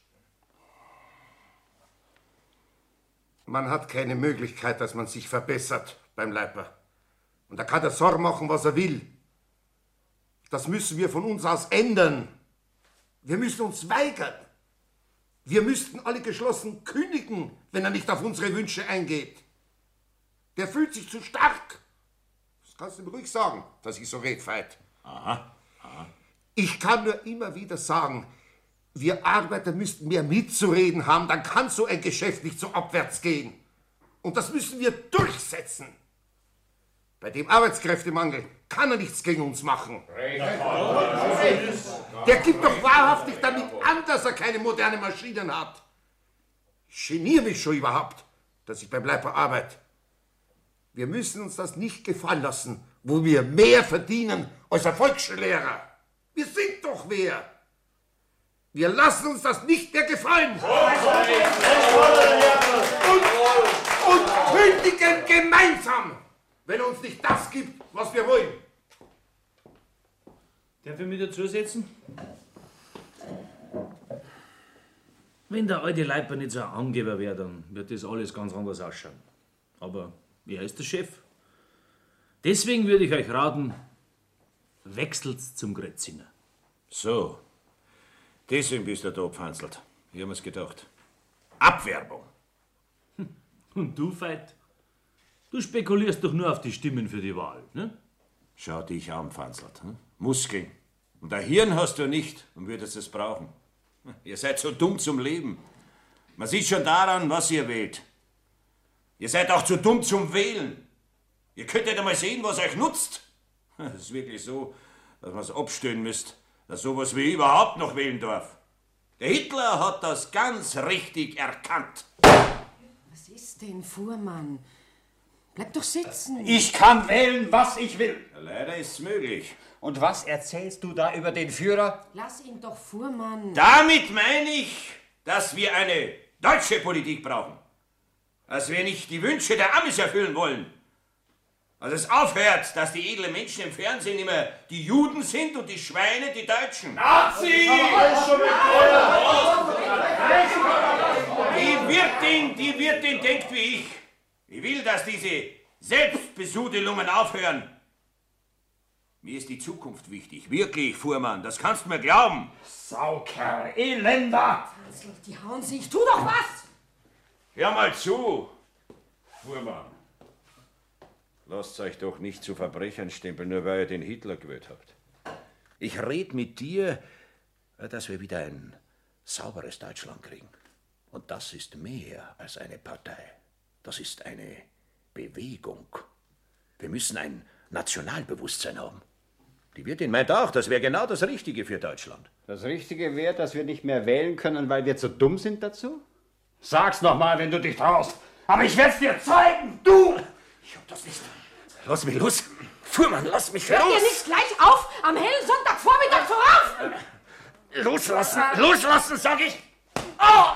Man hat keine Möglichkeit, dass man sich verbessert beim Leiper. Und da kann der Sorg machen, was er will. Das müssen wir von uns aus ändern. Wir müssen uns weigern. Wir müssten alle geschlossen kündigen, wenn er nicht auf unsere Wünsche eingeht. Der fühlt sich zu stark. Das kannst du mir ruhig sagen, dass ich so red, Veit. Aha, aha. Ich kann nur immer wieder sagen, wir Arbeiter müssten mehr mitzureden haben, dann kann so ein Geschäft nicht so abwärts gehen. Und das müssen wir durchsetzen. Bei dem Arbeitskräftemangel kann er nichts gegen uns machen. Der gibt doch wahrhaftig damit an, dass er keine modernen Maschinen hat. Ich geniere mich schon überhaupt, dass ich beim Leiper arbeite. Wir müssen uns das nicht gefallen lassen, wo wir mehr verdienen als ein Volksschullehrer. Wir sind doch wer. Wir lassen uns das nicht mehr gefallen. Und, und kündigen gemeinsam, wenn er uns nicht das gibt, was wir wollen. Darf ich mich dazusetzen? Wenn der alte Leiper nicht so ein Angeber wäre, dann wird das alles ganz anders ausschauen. Aber er ist der Chef. Deswegen würde ich euch raten, wechselt zum Grötzinger. So, deswegen bist du da, Pfanzelt. Ich hab mir's gedacht. Abwerbung. Und du, Veit? Du spekulierst doch nur auf die Stimmen für die Wahl, ne? Schau dich an, Pfanzelt. Hm? Muskeln. Und ein Hirn hast du nicht und würdest es brauchen. Ihr seid so dumm zum Leben. Man sieht schon daran, was ihr wählt. Ihr seid auch zu dumm zum Wählen. Ihr könntet einmal sehen, was euch nutzt. Es ist wirklich so, dass man es abstellen müsst, dass sowas wie überhaupt noch wählen darf. Der Hitler hat das ganz richtig erkannt. Was ist denn, Fuhrmann? Bleib doch sitzen. Ich kann wählen, was ich will. Leider ist's möglich. Und was erzählst du da über den Führer? Lass ihn doch, Fuhrmann. Damit meine ich, dass wir eine deutsche Politik brauchen. Dass wir nicht die Wünsche der Amis erfüllen wollen. Dass es aufhört, dass die edlen Menschen im Fernsehen immer die Juden sind und die Schweine die Deutschen. Nazi! Die Wirtin, die Wirtin denkt wie ich. Ich will, dass diese Selbstbesudelungen aufhören. Mir ist die Zukunft wichtig. Wirklich, Fuhrmann, das kannst du mir glauben. Saukerl, Elender! Franzl, die hauen sich. Tu doch was! Hör mal zu, Fuhrmann. Lasst euch doch nicht zu Verbrechern stempeln, nur weil ihr den Hitler gewählt habt. Ich red mit dir, dass wir wieder ein sauberes Deutschland kriegen. Und das ist mehr als eine Partei. Das ist eine Bewegung. Wir müssen ein Nationalbewusstsein haben. Die Wirtin meint auch, das wäre genau das Richtige für Deutschland. Das Richtige wäre, dass wir nicht mehr wählen können, weil wir zu dumm sind dazu? Sag's noch mal, wenn du dich traust. Aber ich werd's dir zeigen, du! Ich hab das nicht. Lass mich los. Fuhrmann, lass mich Hört los. ihr nicht gleich auf? Am hellen Sonntagvormittag vorauf! Loslassen, loslassen, sag ich. Oh!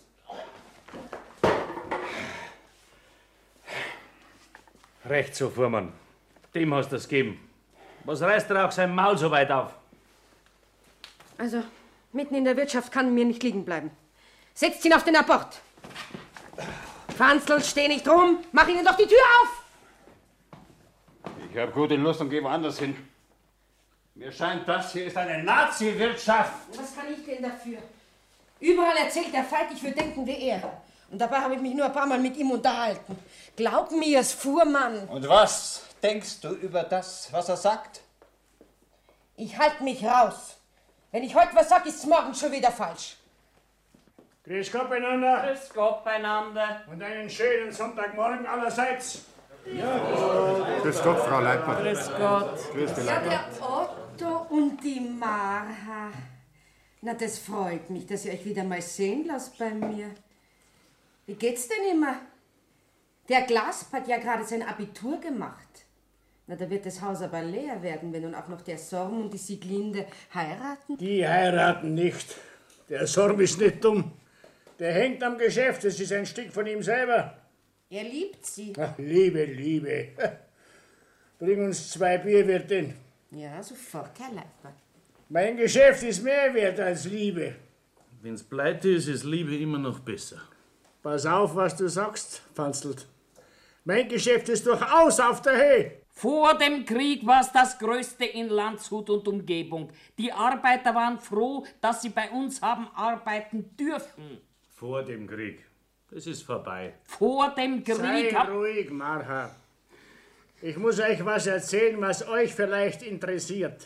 Recht so, Fuhrmann. Dem hast du es gegeben. Was reißt er auch sein Maul so weit auf? Also, mitten in der Wirtschaft kann mir nicht liegen bleiben. Setzt ihn auf den Apport. Franzl, steh nicht rum. Mach ihnen doch die Tür auf. Ich hab gute Lust und geh woanders hin. Mir scheint, das hier ist eine Nazi-Wirtschaft. Was kann ich denn dafür? Überall erzählt der Feind, ich würde denken wie er. Und dabei habe ich mich nur ein paar Mal mit ihm unterhalten. Glaub mir's, Fuhrmann. Und was denkst du über das, was er sagt? Ich halte mich raus. Wenn ich heute was sag, ist's morgen schon wieder falsch. Grüß Gott beieinander. Grüß Gott beieinander. Und einen schönen Sonntagmorgen allerseits. Ja, grüß Gott, Frau Leitner. Grüß Gott. Grüß die Ja, Leitner. der Otto und die Marha. Na, das freut mich, dass ihr euch wieder mal sehen lasst bei mir. Wie geht's denn immer? Der Glasp hat ja gerade sein Abitur gemacht. Na, da wird das Haus aber leer werden, wenn nun auch noch der Sorm und die Sieglinde heiraten. Die heiraten nicht. Der Sorm ist nicht dumm. Der hängt am Geschäft, das ist ein Stück von ihm selber. Er liebt sie. Ach, Liebe, Liebe. Bring uns zwei Bier, Wirtin. Ja, sofort, Herr Leitner. Mein Geschäft ist mehr wert als Liebe. Wenn's pleite ist, ist Liebe immer noch besser. Pass auf, was du sagst, Fanzelt. Mein Geschäft ist durchaus auf der Höhe. Vor dem Krieg war es das Größte in Landshut und Umgebung. Die Arbeiter waren froh, dass sie bei uns haben arbeiten dürfen. Vor dem Krieg. Das ist vorbei. Vor dem Krieg... Sei hab- ruhig, Marha. Ich muss euch was erzählen, was euch vielleicht interessiert.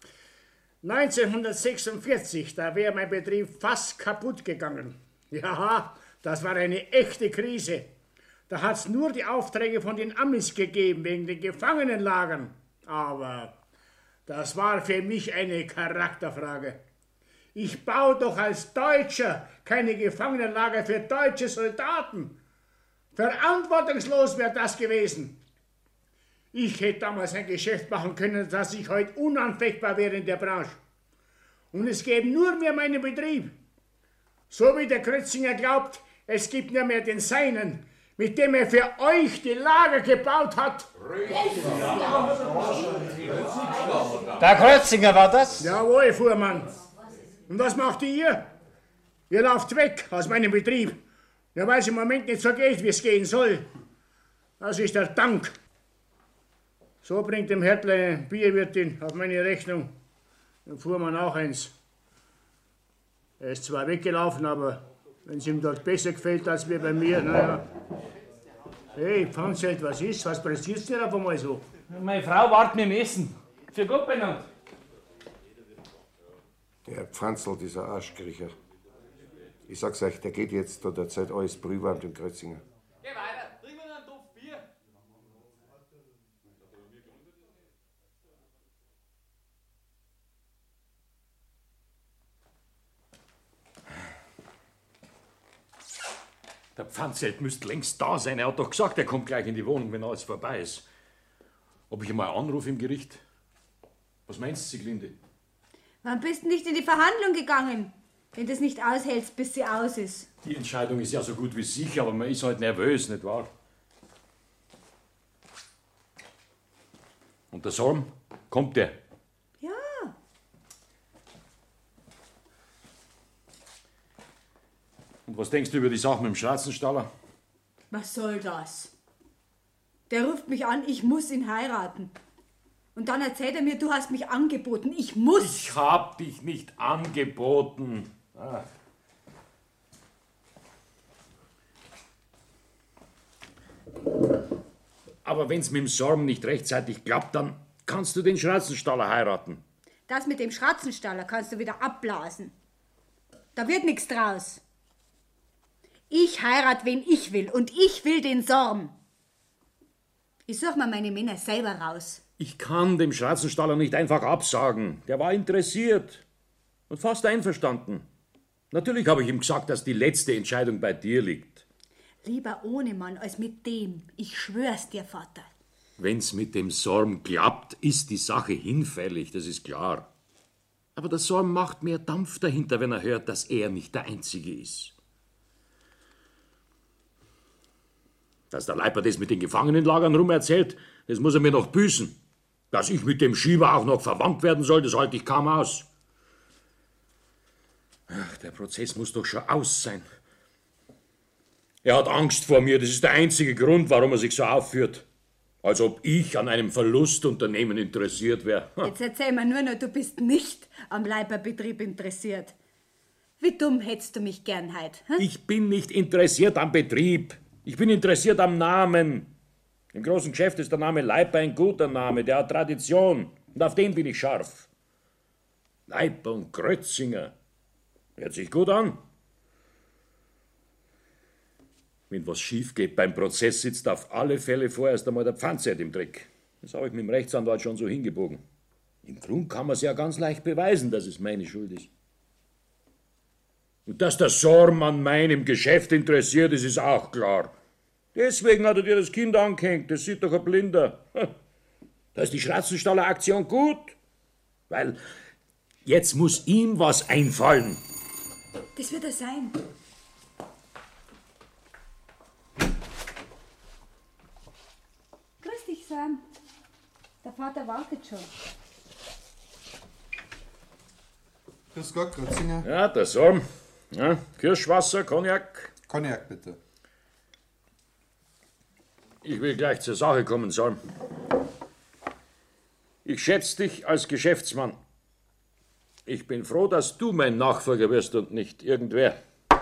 neunzehnhundertsechsundvierzig, da wäre mein Betrieb fast kaputt gegangen. Ja, das war eine echte Krise. Da hat's nur die Aufträge von den Amis gegeben, wegen den Gefangenenlagern. Aber das war für mich eine Charakterfrage. Ich baue doch als Deutscher keine Gefangenenlager für deutsche Soldaten. Verantwortungslos wäre das gewesen. Ich hätte damals ein Geschäft machen können, dass ich heute unanfechtbar wäre in der Branche. Und es gäbe nur mehr meinen Betrieb. So wie der Krötzinger glaubt, es gibt nur mehr den Seinen, mit dem er für euch die Lager gebaut hat. Der Krötzinger war das? Jawohl, Fuhrmann. Und was macht ihr? Ihr lauft weg aus meinem Betrieb. Ja, weil es im Moment nicht so geht, wie es gehen soll. Das ist der Dank. So bringt dem Hertler eine Bierwirtin auf meine Rechnung. Dem Fuhrmann auch eins. Er ist zwar weggelaufen, aber wenn es ihm dort besser gefällt als mir bei mir, naja. Hey, Pfanzelt, was ist? Was pressierst du dir auf einmal so? Meine Frau wartet mit dem Essen. Für Gott benannt. Der Pfanzl, dieser Arschkriecher. Ich sag's euch, der geht jetzt zu der Zeit alles brühwarm dem Krötzinger. Geh weiter, trink mir einen Topf Bier. Der Pfanzelt müsste längst da sein. Er hat doch gesagt, er kommt gleich in die Wohnung, wenn alles vorbei ist. Ob ich ihn mal anrufe im Gericht? Was meinst du, Sieglinde? Wann bist du nicht in die Verhandlung gegangen? Wenn du es nicht aushältst, bis sie aus ist. Die Entscheidung ist ja so gut wie sicher, aber man ist halt nervös, nicht wahr? Und der Sorm? Kommt der? Ja. Und was denkst du über die Sache mit dem Schratzenstaller? Was soll das? Der ruft mich an, ich muss ihn heiraten. Und dann erzählt er mir, du hast mich angeboten. Ich muss. Ich hab dich nicht angeboten. Ah. Aber wenn's mit dem Sorm nicht rechtzeitig klappt, dann kannst du den Schratzenstaller heiraten. Das mit dem Schratzenstaller kannst du wieder abblasen. Da wird nichts draus. Ich heirat, wen ich will, und ich will den Sorm. Ich such mal meine Männer selber raus. Ich kann dem Schratzenstaller nicht einfach absagen. Der war interessiert und fast einverstanden. Natürlich habe ich ihm gesagt, dass die letzte Entscheidung bei dir liegt. Lieber ohne Mann als mit dem. Ich schwör's dir, Vater. Wenn's mit dem Sorm klappt, ist die Sache hinfällig, das ist klar. Aber der Sorm macht mehr Dampf dahinter, wenn er hört, dass er nicht der Einzige ist. Dass der Leiper das mit den Gefangenenlagern rum erzählt, das muss er mir noch büßen. Dass ich mit dem Schieber auch noch verwandt werden soll, das halte ich kaum aus. Ach, der Prozess muss doch schon aus sein. Er hat Angst vor mir, das ist der einzige Grund, warum er sich so aufführt. Als ob ich an einem Verlustunternehmen interessiert wäre. Jetzt erzähl mir nur noch, du bist nicht am Leiperbetrieb interessiert. Wie dumm hättest du mich gern heut? Hm? Ich bin nicht interessiert am Betrieb. Ich bin interessiert am Namen. Im großen Geschäft ist der Name Leiper ein guter Name, der hat Tradition. Und auf den bin ich scharf. Leiper und Grötzinger. Hört sich gut an. Wenn was schief geht beim Prozess, sitzt auf alle Fälle vorerst einmal der Pfandzeit im Dreck. Das habe ich mit dem Rechtsanwalt schon so hingebogen. Im Grund kann man es ja ganz leicht beweisen, dass es meine Schuld ist. Und dass der Sorm an meinem Geschäft interessiert ist, ist auch klar. Deswegen hat er dir das Kind angehängt, das sieht doch ein Blinder. Da ist die Schratzenstaller Aktion gut, weil jetzt muss ihm was einfallen. Das wird er sein. Grüß dich, Sam. Der Vater wartet schon. Grüß Gott, Grötzinger. Ja, der Sorm. Ja, Kirschwasser, Cognac. Cognac, bitte. Ich will gleich zur Sache kommen, Sorm. Ich schätze dich als Geschäftsmann. Ich bin froh, dass du mein Nachfolger wirst und nicht irgendwer.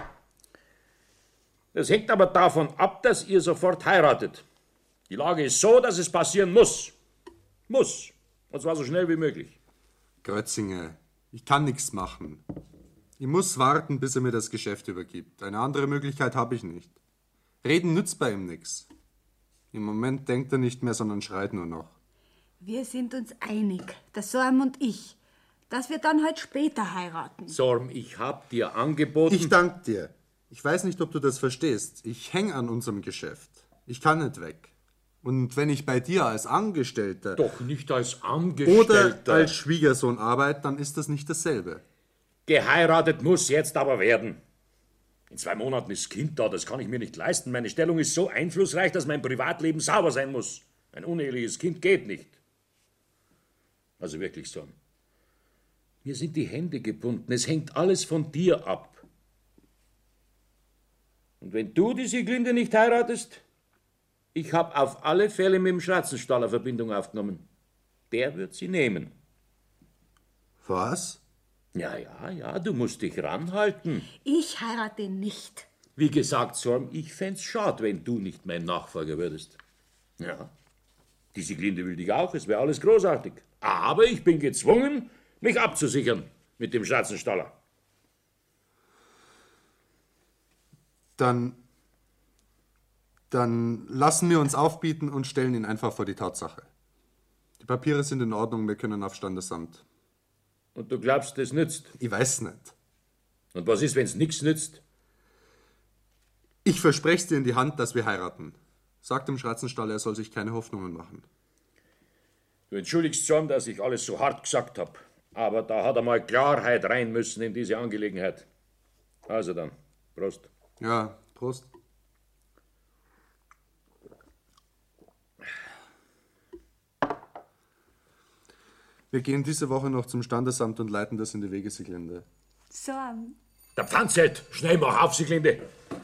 Das hängt aber davon ab, dass ihr sofort heiratet. Die Lage ist so, dass es passieren muss. Muss. Und zwar so schnell wie möglich. Grötzinger, ich kann nichts machen. Ich muss warten, bis er mir das Geschäft übergibt. Eine andere Möglichkeit habe ich nicht. Reden nützt bei ihm nichts. Im Moment denkt er nicht mehr, sondern schreit nur noch. Wir sind uns einig, der Sorm und ich, dass wir dann halt später heiraten. Sorm, ich hab dir angeboten... Ich danke dir. Ich weiß nicht, ob du das verstehst. Ich häng an unserem Geschäft. Ich kann nicht weg. Und wenn ich bei dir als Angestellter... Doch nicht als Angestellter. Oder als Schwiegersohn arbeite, dann ist das nicht dasselbe. Geheiratet muss jetzt aber werden. In zwei Monaten ist das Kind da, das kann ich mir nicht leisten. Meine Stellung ist so einflussreich, dass mein Privatleben sauber sein muss. Ein uneheliches Kind geht nicht. Also wirklich, Sorm. Mir sind die Hände gebunden. Es hängt alles von dir ab. Und wenn du die Sieglinde nicht heiratest, ich habe auf alle Fälle mit dem Schratzenstaller Verbindung aufgenommen. Der wird sie nehmen. Was? Ja, ja, ja, du musst dich ranhalten. Ich heirate nicht. Wie gesagt, Sorm, ich fänd's schade, wenn du nicht mein Nachfolger würdest. Ja, die Sieglinde will dich auch, es wäre alles großartig. Aber ich bin gezwungen, mich abzusichern mit dem Schratzenstaller. Dann, dann lassen wir uns aufbieten und stellen ihn einfach vor die Tatsache. Die Papiere sind in Ordnung, wir können auf Standesamt. Und du glaubst, das nützt? Ich weiß nicht. Und was ist, wenn's nichts nützt? Ich verspreche dir in die Hand, dass wir heiraten. Sag dem Schratzenstaller, er soll sich keine Hoffnungen machen. Du entschuldigst schon, dass ich alles so hart gesagt habe. Aber da hat einmal Klarheit rein müssen in diese Angelegenheit. Also dann, Prost. Ja, Prost. Wir gehen diese Woche noch zum Standesamt und leiten das in die Wegesieglinde. Sorm. Der Pfandzelt, schnell mach auf, Sieglinde.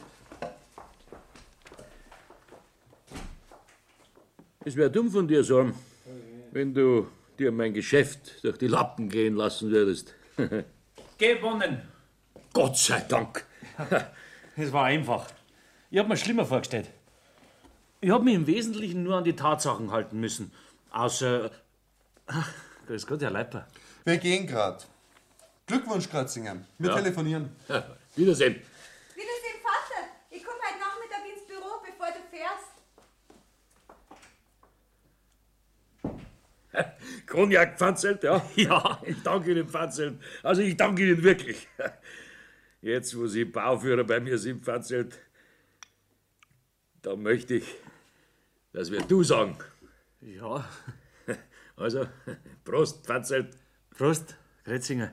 Es wäre dumm von dir, Sorm, wenn du dir mein Geschäft durch die Lappen gehen lassen würdest. Gewonnen. Gott sei Dank. Es war einfach. Ich hab mir schlimmer vorgestellt. Ich hab mich im Wesentlichen nur an die Tatsachen halten müssen. Außer... Ach, grüß Gott, Herr Leiper. Wir gehen grad. Glückwunsch, Kratzinger. Wir Ja. telefonieren. Ja, Wiedersehen. Wiedersehen, Vater. Ich komme heute Nachmittag ins Büro, bevor du fährst. Cognac Pfanzelt, ja? Ja, ich danke Ihnen, Pfanzelt. Also ich danke Ihnen wirklich. Jetzt, wo Sie Bauführer bei mir sind, Pfanzelt, da möchte ich, dass wir du sagen. Ja. Also, Prost, Pfanzelt. Prost, Kretzinger.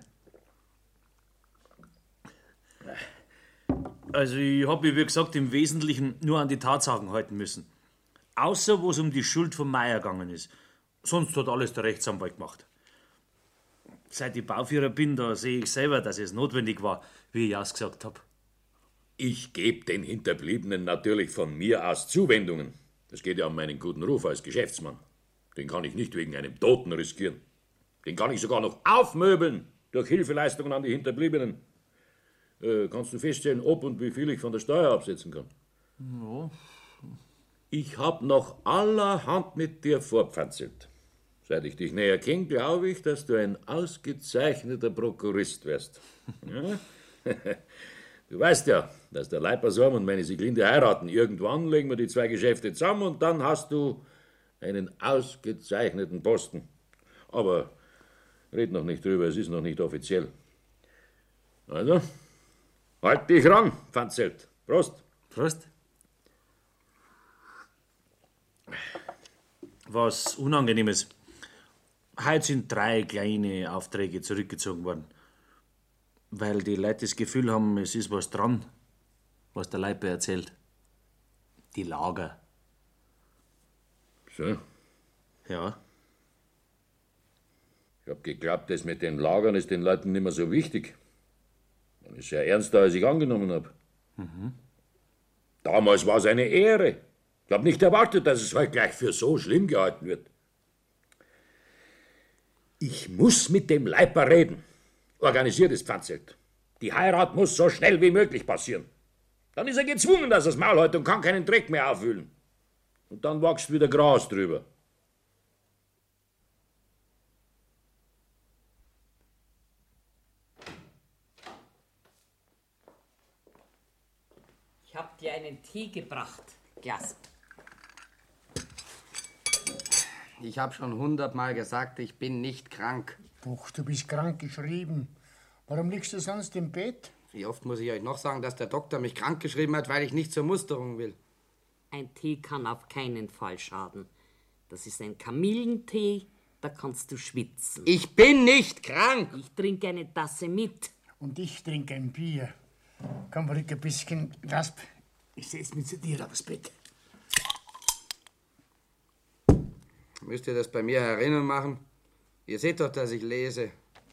Also ich hab mich, wie gesagt, im Wesentlichen nur an die Tatsachen halten müssen. Außer, wo es um die Schuld von Meier gegangen ist. Sonst hat alles der Rechtsanwalt gemacht. Seit ich Bauführer bin, da sehe ich selber, dass es notwendig war, wie ich ausgesagt hab. Ich gebe den Hinterbliebenen natürlich von mir aus Zuwendungen. Das geht ja um meinen guten Ruf als Geschäftsmann. Den kann ich nicht wegen einem Toten riskieren. Den kann ich sogar noch aufmöbeln durch Hilfeleistungen an die Hinterbliebenen. Äh, kannst du feststellen, ob und wie viel ich von der Steuer absetzen kann? Ja. Ich hab noch allerhand mit dir vorpfanzelt. Seit ich dich näher kenne, glaube ich, dass du ein ausgezeichneter Prokurist wärst. Ja? Du weißt ja, dass der Leipersorm und meine Siglinde heiraten. Irgendwann legen wir die zwei Geschäfte zusammen und dann hast du einen ausgezeichneten Posten. Aber red noch nicht drüber, es ist noch nicht offiziell. Also, halt dich ran, Pfanzelt. Prost. Prost. Was Unangenehmes. Heute sind drei kleine Aufträge zurückgezogen worden. Weil die Leute das Gefühl haben, es ist was dran, was der Leiper erzählt. Die Lager. So? Ja. Ich hab geglaubt, das mit den Lagern ist den Leuten nicht mehr so wichtig. Man ist ja ernster, als ich angenommen hab. Mhm. Damals war es eine Ehre. Ich hab nicht erwartet, dass es heute gleich für so schlimm gehalten wird. Ich muss mit dem Leiper reden. Organisiert das Pfanzelt. Die Heirat muss so schnell wie möglich passieren. Dann ist er gezwungen, dass er das Maul hält und kann keinen Dreck mehr aufwühlen. Und dann wächst wieder Gras drüber. Ich hab dir einen Tee gebracht, Glasp. Ich hab schon hundertmal gesagt, ich bin nicht krank. Doch, du bist krank geschrieben. Warum liegst du sonst im Bett? Wie oft muss ich euch noch sagen, dass der Doktor mich krank geschrieben hat, weil ich nicht zur Musterung will? Ein Tee kann auf keinen Fall schaden. Das ist ein Kamillentee, da kannst du schwitzen. Ich bin nicht krank! Ich trinke eine Tasse mit. Und ich trinke ein Bier. Komm, rück ein bisschen, Rasp. Ich setz mich zu dir aufs Bett. Müsst ihr das bei mir herinnen machen? Ihr seht doch, dass ich lese.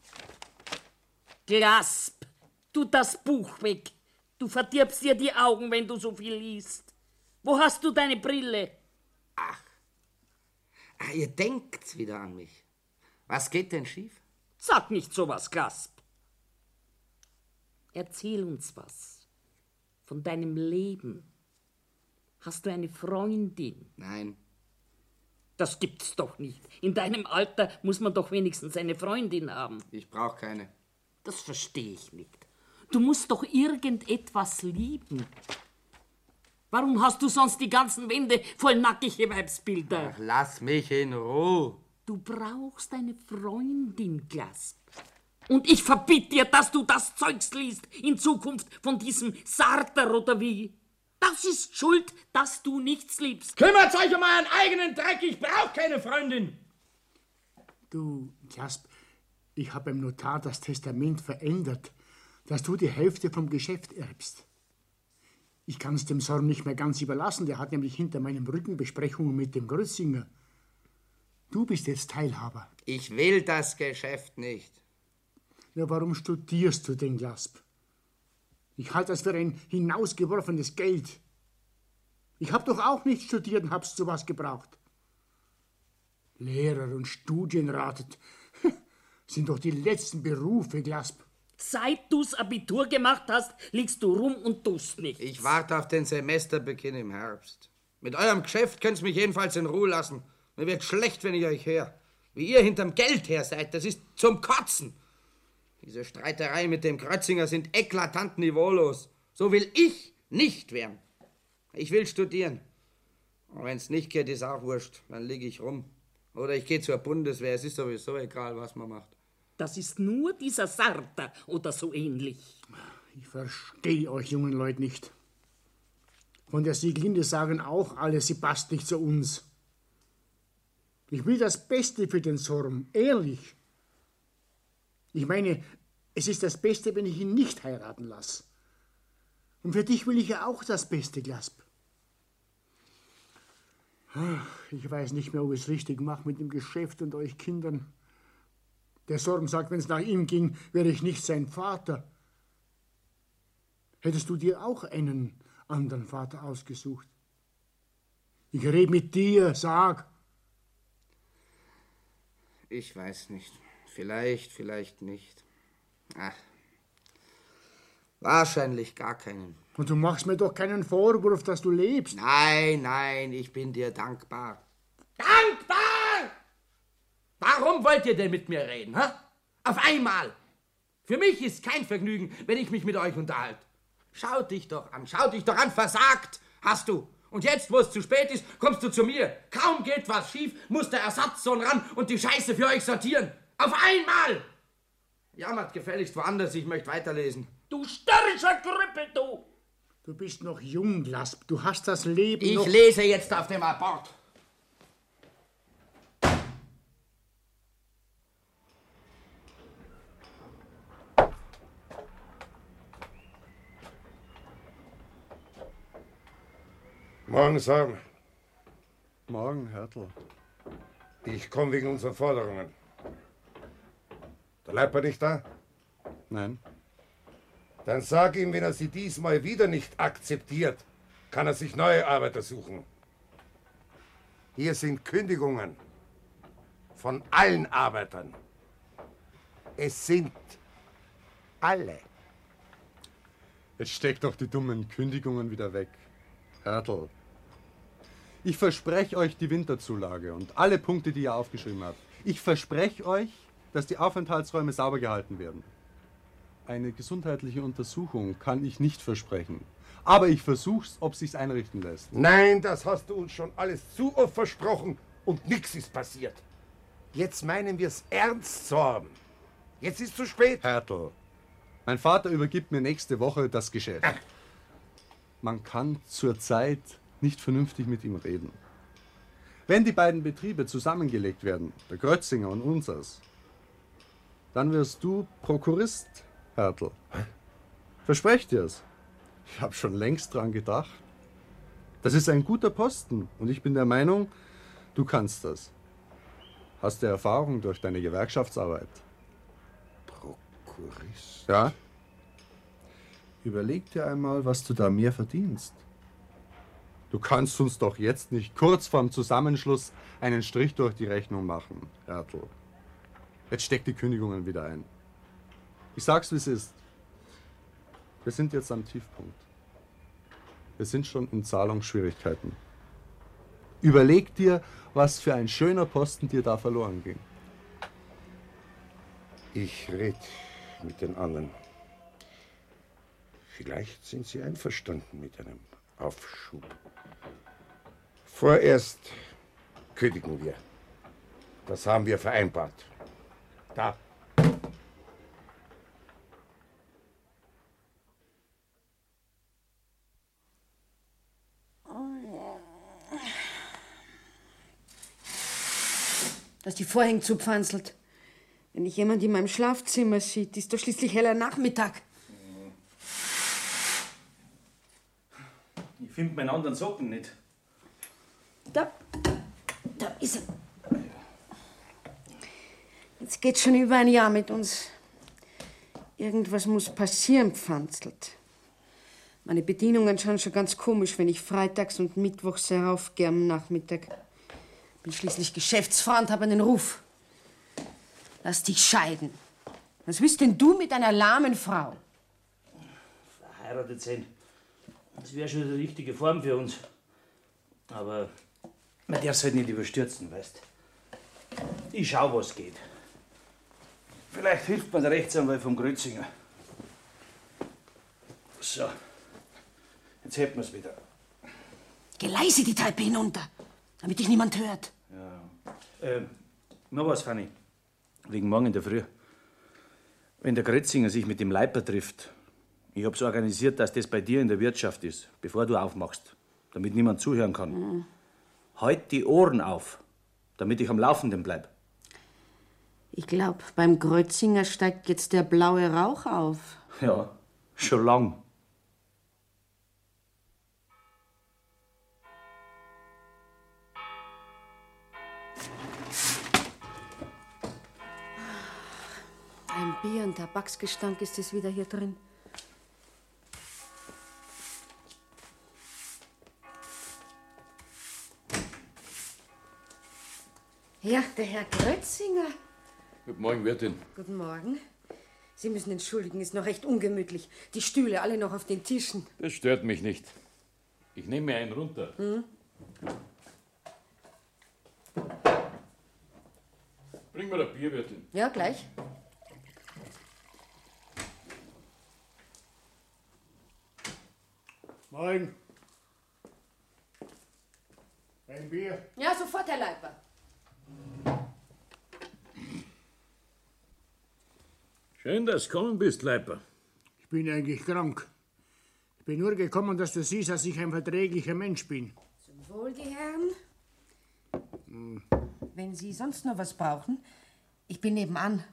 Glasp, tu das Buch weg. Du verdirbst dir die Augen, wenn du so viel liest. Wo hast du deine Brille? Ah, ihr denkt wieder an mich. Was geht denn schief? Sag nicht sowas, Glasp. Erzähl uns was. Von deinem Leben. Hast du eine Freundin? Nein. Das gibt's doch nicht. In deinem Alter muss man doch wenigstens eine Freundin haben. Ich brauch keine. Das verstehe ich nicht. Du musst doch irgendetwas lieben. Warum hast du sonst die ganzen Wände voll nackige Weibsbilder? Ach, lass mich in Ruhe. Du brauchst eine Freundin, Glasp. Und ich verbiete dir, dass du das Zeugs liest in Zukunft von diesem Sarter oder wie. Das ist schuld, dass du nichts liebst. Kümmert euch um euren eigenen Dreck, ich brauche keine Freundin. Du, Glasp, ich habe im Notar das Testament verändert, dass du die Hälfte vom Geschäft erbst. Ich kann es dem Sorm nicht mehr ganz überlassen, der hat nämlich hinter meinem Rücken Besprechungen mit dem Grötzinger. Du bist jetzt Teilhaber. Ich will das Geschäft nicht. Ja, warum studierst du denn, Glasp? Ich halte das für ein hinausgeworfenes Geld. Ich hab doch auch nicht studiert und hab's zu was gebraucht. Lehrer und Studienrat sind doch die letzten Berufe, Glasp. Seit du's Abitur gemacht hast, liegst du rum und tust nichts. Ich warte auf den Semesterbeginn im Herbst. Mit eurem Geschäft könnt's mich jedenfalls in Ruhe lassen. Mir wird schlecht, wenn ich euch höre. Wie ihr hinterm Geld her seid, das ist zum Kotzen. Diese Streiterei mit dem Krötzinger sind eklatant niveaulos. So will ich nicht werden. Ich will studieren. Und wenn's nicht geht, ist auch wurscht. Dann lieg ich rum. Oder ich gehe zur Bundeswehr. Es ist sowieso egal, was man macht. Das ist nur dieser Sarter oder so ähnlich. Ich verstehe euch jungen Leute nicht. Von der Sieglinde sagen auch alle, sie passt nicht zu uns. Ich will das Beste für den Sorm, ehrlich. Ich meine, es ist das Beste, wenn ich ihn nicht heiraten lasse. Und für dich will ich ja auch das Beste, Glasp. Ich weiß nicht mehr, ob ich es richtig mache mit dem Geschäft und euch Kindern. Der Sorm sagt, wenn es nach ihm ging, wäre ich nicht sein Vater. Hättest du dir auch einen anderen Vater ausgesucht? Ich rede mit dir, sag. Ich weiß nicht. Vielleicht, vielleicht nicht. Ach. Wahrscheinlich gar keinen. Und du machst mir doch keinen Vorwurf, dass du lebst. Nein, nein, ich bin dir dankbar. Dankbar! Warum wollt ihr denn mit mir reden, hä? Auf einmal! Für mich ist kein Vergnügen, wenn ich mich mit euch unterhalte. Schaut dich doch an, schaut dich doch an, versagt hast du. Und jetzt, wo es zu spät ist, kommst du zu mir. Kaum geht was schief, muss der Ersatzsohn ran und die Scheiße für euch sortieren. Auf einmal! Jammert gefälligst woanders, ich möchte weiterlesen. Du störrischer Krüppel, du! Du bist noch jung, Glasp. Du hast das Leben Ich noch... lese jetzt auf dem Apport. Morgen, Sam. Morgen, Hertel. Ich komme wegen unseren Forderungen. Der Leiper nicht da? Nein. Dann sag ihm, wenn er sie diesmal wieder nicht akzeptiert, kann er sich neue Arbeiter suchen. Hier sind Kündigungen von allen Arbeitern. Es sind alle. Jetzt steck doch die dummen Kündigungen wieder weg. Hertel. Ich verspreche euch die Winterzulage und alle Punkte, die ihr aufgeschrieben habt. Ich verspreche euch, dass die Aufenthaltsräume sauber gehalten werden. Eine gesundheitliche Untersuchung kann ich nicht versprechen. Aber ich versuch's, ob sich's einrichten lässt. Nein, das hast du uns schon alles zu oft versprochen und nichts ist passiert. Jetzt meinen wir es ernst, Sorm. Jetzt ist zu spät. Hertel, mein Vater übergibt mir nächste Woche das Geschäft. Ach. Man kann zurzeit nicht vernünftig mit ihm reden. Wenn die beiden Betriebe zusammengelegt werden, der Grötzinger und unsers, dann wirst du Prokurist, Hertel. Versprech dir's. Ich habe schon längst dran gedacht. Das ist ein guter Posten und ich bin der Meinung, du kannst das. Hast du Erfahrung durch deine Gewerkschaftsarbeit? Prokurist? Ja. Überleg dir einmal, was du da mehr verdienst. Du kannst uns doch jetzt nicht kurz vorm Zusammenschluss einen Strich durch die Rechnung machen, Hertel. Jetzt steck die Kündigungen wieder ein. Ich sag's, wie es ist. Wir sind jetzt am Tiefpunkt. Wir sind schon in Zahlungsschwierigkeiten. Überleg dir, was für ein schöner Posten dir da verloren ging. Ich red mit den anderen. Vielleicht sind sie einverstanden mit einem Aufschub. Vorerst kündigen wir. Das haben wir vereinbart. Da. Dass die Vorhänge zupfanzelt. Wenn dich jemand in meinem Schlafzimmer sieht, ist doch schließlich heller Nachmittag. Ich finde meinen anderen Socken nicht. Da, da ist er. Jetzt geht's schon über ein Jahr mit uns. Irgendwas muss passieren, Pfanzelt. Meine Bedienungen schauen schon ganz komisch, wenn ich freitags und mittwochs heraufgehe am Nachmittag. Bin schließlich Geschäftsfrau und habe einen Ruf. Lass dich scheiden. Was willst denn du mit einer lahmen Frau? Verheiratet sein. Das wäre schon die richtige Form für uns. Aber man darf es halt nicht überstürzen, weißt. Ich schau, was geht. Vielleicht hilft mir der Rechtsanwalt vom Grötzinger. So. Jetzt hätten wir's wieder. Geh leise die Treppe hinunter, damit dich niemand hört. Ja. Ähm, noch was, Fanny. Wegen morgen in der Früh. Wenn der Grötzinger sich mit dem Leiper trifft, ich hab's organisiert, dass das bei dir in der Wirtschaft ist, bevor du aufmachst, damit niemand zuhören kann. Mhm. Halt die Ohren auf, damit ich am Laufenden bleib. Ich glaub, beim Grötzinger steigt jetzt der blaue Rauch auf. Ja, schon lang. Ein Bier- und Tabaksgestank ist es wieder hier drin. Ja, der Herr Grötzinger. Guten Morgen, Wirtin. Guten Morgen. Sie müssen entschuldigen, ist noch recht ungemütlich. Die Stühle alle noch auf den Tischen. Das stört mich nicht. Ich nehme mir einen runter. Hm? Bring mir ein Bier, Wirtin. Ja, gleich. Morgen. Ein Bier. Ja, sofort, Herr Leiper. Schön, dass du gekommen bist, Leiper. Ich bin eigentlich krank. Ich bin nur gekommen, dass du siehst, dass ich ein verträglicher Mensch bin. Zum Wohl, die Herren. Hm. Wenn Sie sonst noch was brauchen, ich bin nebenan.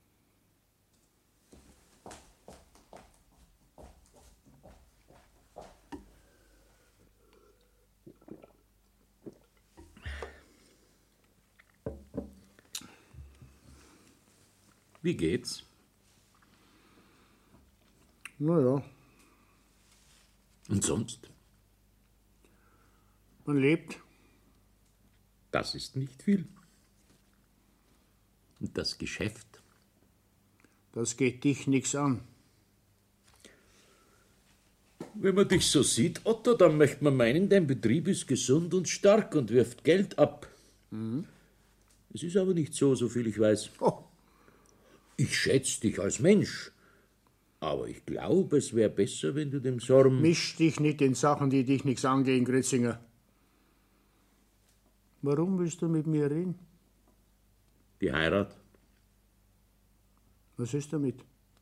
Wie geht's? Na ja, Und sonst? man lebt. Das ist nicht viel. Und das Geschäft? Das geht dich nichts an. Wenn man dich so sieht, Otto, dann möchte man meinen, dein Betrieb ist gesund und stark und wirft Geld ab. Mhm. Es ist aber nicht so, so viel ich weiß. Oh. Ich schätze dich als Mensch. Aber ich glaube, es wäre besser, wenn du dem Sorm... Misch dich nicht in Sachen, die dich nichts angehen, Grötzinger. Warum willst du mit mir reden? Die Heirat. Was ist damit?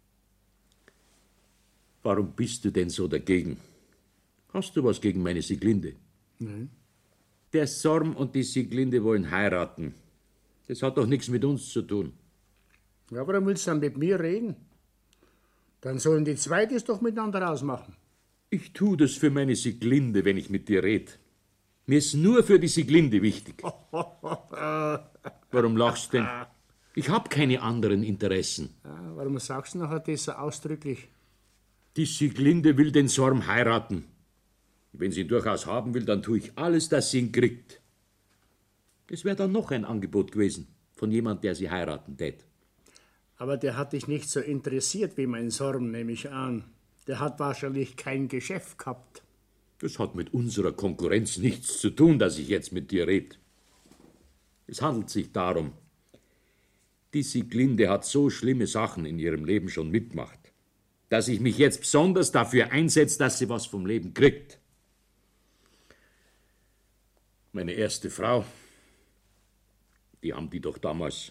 Warum bist du denn so dagegen? Hast du was gegen meine Sieglinde? Nein. Der Sorm und die Sieglinde wollen heiraten. Das hat doch nichts mit uns zu tun. Ja, warum willst du dann mit mir reden? Dann sollen die zwei das doch miteinander ausmachen. Ich tu das für meine Sieglinde, wenn ich mit dir red. Mir ist nur für die Sieglinde wichtig. Warum lachst du denn? Ich hab keine anderen Interessen. Ja, warum sagst du nachher das so ausdrücklich? Die Sieglinde will den Sorm heiraten. Wenn sie ihn durchaus haben will, dann tue ich alles, dass sie ihn kriegt. Es wäre dann noch ein Angebot gewesen von jemand, der sie heiraten tät. Aber der hat dich nicht so interessiert wie mein Sorm, nehme ich an. Der hat wahrscheinlich kein Geschäft gehabt. Das hat mit unserer Konkurrenz nichts zu tun, dass ich jetzt mit dir red. Es handelt sich darum, die Sieglinde hat so schlimme Sachen in ihrem Leben schon mitgemacht, dass ich mich jetzt besonders dafür einsetze, dass sie was vom Leben kriegt. Meine erste Frau, die haben die doch damals,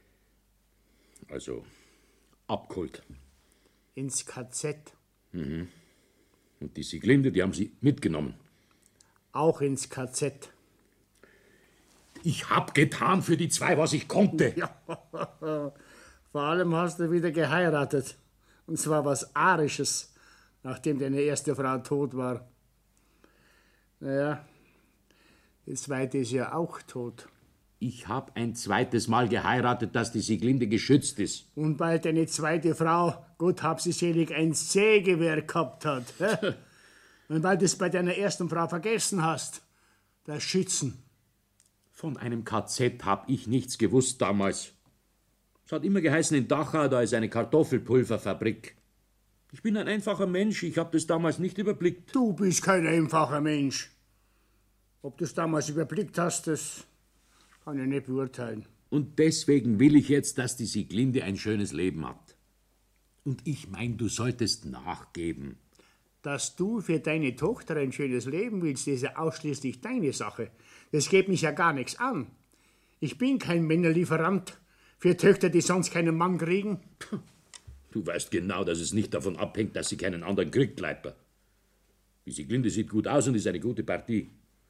also, abgeholt. Ins K Z. Mhm. Und die Sieglinde, die haben sie mitgenommen. Auch ins K Z. Ich hab getan für die zwei, was ich konnte. Ja, vor allem hast du wieder geheiratet. Und zwar was Arisches, nachdem deine erste Frau tot war. Naja, die zweite ist ja auch tot. Ich hab ein zweites Mal geheiratet, dass die Sieglinde geschützt ist. Und weil deine zweite Frau, Gott hab sie selig, ein Sägewehr gehabt hat. Hä? Und weil du es bei deiner ersten Frau vergessen hast, das Schützen. Von einem K Z hab ich nichts gewusst damals. Es hat immer geheißen, in Dachau, da ist eine Kartoffelpulverfabrik. Ich bin ein einfacher Mensch, ich hab das damals nicht überblickt. Du bist kein einfacher Mensch. Ob du es damals überblickt hast, das kann ich nicht beurteilen. Und deswegen will ich jetzt, dass die Sieglinde ein schönes Leben hat. Und ich mein, du solltest nachgeben. Dass du für deine Tochter ein schönes Leben willst, das ist ja ausschließlich deine Sache. Das geht mich ja gar nichts an. Ich bin kein Männerlieferant für Töchter, die sonst keinen Mann kriegen. Du weißt genau, dass es nicht davon abhängt, dass sie keinen anderen kriegt, Leiper. Die Sieglinde sieht gut aus und ist eine gute Partie.